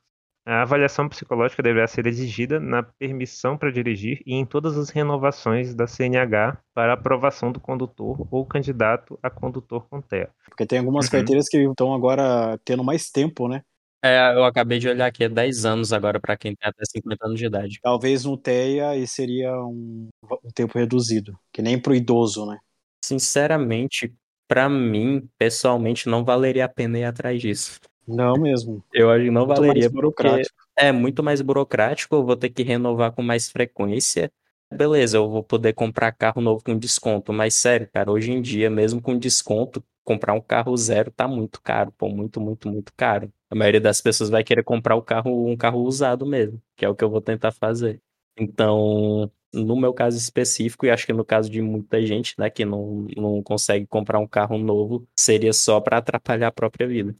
A avaliação psicológica deverá ser exigida na permissão para dirigir e em todas as renovações da C N H para aprovação do condutor ou candidato a condutor com T E A. Porque tem algumas Uhum. carteiras que estão agora tendo mais tempo, né? É, eu acabei de olhar aqui, é dez anos agora para quem tem até cinquenta anos de idade. Talvez no T E A esse seria um, um tempo reduzido, que nem pro idoso, né? Sinceramente, para mim, pessoalmente, não valeria a pena ir atrás disso. Não mesmo. Eu acho que não Muito valeria, mais porque burocrático. é muito mais burocrático, eu vou ter que renovar com mais frequência. Beleza, eu vou poder comprar carro novo com desconto, mas sério, cara, hoje em dia, mesmo com desconto, comprar um carro zero tá muito caro, pô, muito, muito, muito caro. A maioria das pessoas vai querer comprar o carro, um carro usado mesmo, que é o que eu vou tentar fazer. Então, no meu caso específico, e acho que no caso de muita gente, né, que não, não consegue comprar um carro novo, seria só para atrapalhar a própria vida.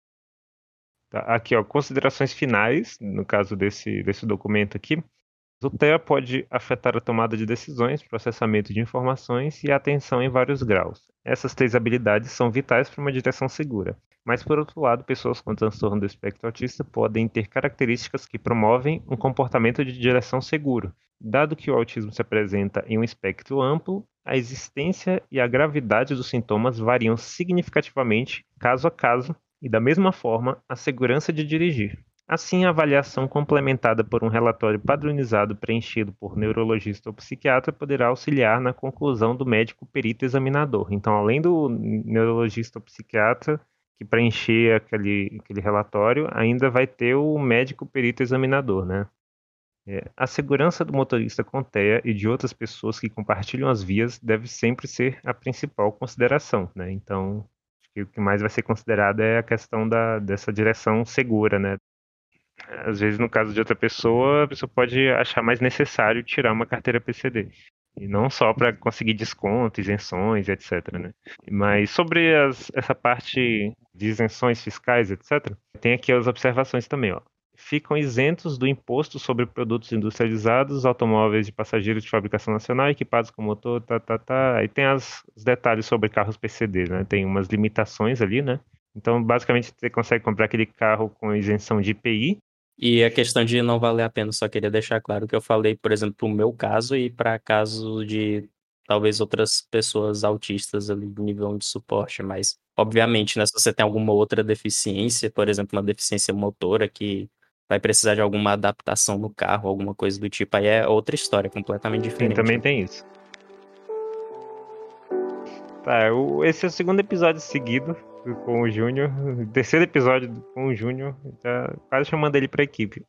Tá, aqui, ó, considerações finais, no caso desse, desse documento aqui. O T E A pode afetar a tomada de decisões, processamento de informações e a atenção em vários graus. Essas três habilidades são vitais para uma direção segura. Mas, por outro lado, pessoas com transtorno do espectro autista podem ter características que promovem um comportamento de direção seguro. Dado que o autismo se apresenta em um espectro amplo, a existência e a gravidade dos sintomas variam significativamente caso a caso e, da mesma forma, a segurança de dirigir. Assim, a avaliação complementada por um relatório padronizado preenchido por neurologista ou psiquiatra poderá auxiliar na conclusão do médico perito examinador. Então, além do neurologista ou psiquiatra que preencher aquele, aquele relatório, ainda vai ter o médico perito examinador, né? É, a segurança do motorista com T E A e de outras pessoas que compartilham as vias deve sempre ser a principal consideração, né? Então, acho que o que mais vai ser considerado é a questão da, dessa direção segura, né? Às vezes, no caso de outra pessoa, a pessoa pode achar mais necessário tirar uma carteira P C D. E não só para conseguir desconto, isenções, etcétera, né? Mas sobre as, essa parte de isenções fiscais, etcétera, tem aqui as observações também, ó. Ficam isentos do imposto sobre produtos industrializados, automóveis de passageiros de fabricação nacional, equipados com motor, tá, tá, tá. Aí tem as, os detalhes sobre carros P C D, né? Tem umas limitações ali, né? Então, basicamente, você consegue comprar aquele carro com isenção de I P I. E a questão de não valer a pena, só queria deixar claro que eu falei, por exemplo, pro meu caso e para caso de talvez outras pessoas autistas ali do nível de suporte, mas obviamente, né, se você tem alguma outra deficiência, por exemplo, uma deficiência motora que vai precisar de alguma adaptação no carro, alguma coisa do tipo, aí é outra história, completamente Sim, diferente. também tem isso. Tá, o- esse é o segundo episódio seguido com o Júnior. O terceiro episódio com o Júnior. Tá quase chamando ele pra equipe.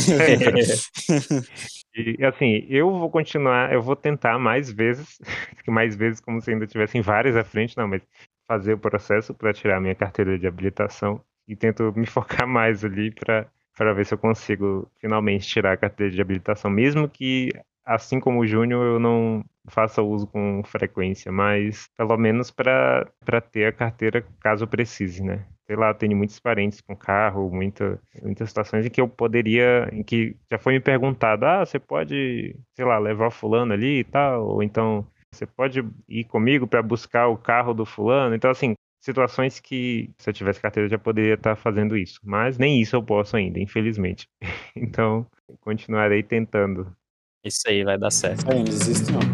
E assim, eu vou continuar, eu vou tentar mais vezes, mais vezes como se ainda tivessem várias à frente, não, mas fazer o processo para tirar a minha carteira de habilitação e tento me focar mais ali para para ver se eu consigo finalmente tirar a carteira de habilitação, mesmo que assim como o Júnior eu não faça uso com frequência, mas pelo menos para para ter a carteira caso precise, né? Sei lá, eu tenho muitos parentes com carro, muita, muitas situações em que eu poderia, em que já foi me perguntado, ah, você pode, sei lá, levar o fulano ali e tal, ou então você pode ir comigo para buscar o carro do fulano. Então, assim, situações que se eu tivesse carteira eu já poderia estar fazendo isso, mas nem isso eu posso ainda, infelizmente. Então, continuarei tentando. Isso aí vai dar certo. Isso aí, não desiste não.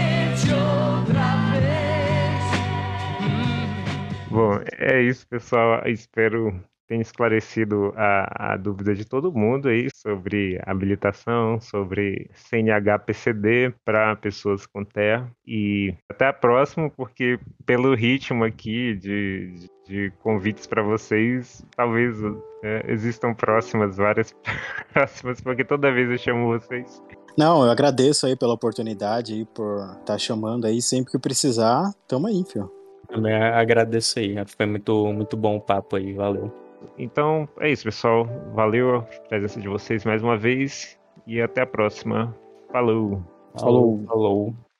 Bom, é isso, pessoal. Espero que tenha esclarecido a, a dúvida de todo mundo aí sobre habilitação, sobre C N H P C D para pessoas com T E A. E até a próxima, porque pelo ritmo aqui de, de, de convites para vocês, talvez é, existam próximas, várias próximas, porque toda vez eu chamo vocês. Não, eu agradeço aí pela oportunidade aí, por estar tá chamando aí. Sempre que precisar, tamo aí, filho. Também agradeço aí, foi muito, muito bom o papo aí, valeu. Então é isso, pessoal. Valeu a presença de vocês mais uma vez e até a próxima. Falou! Falou. Falou.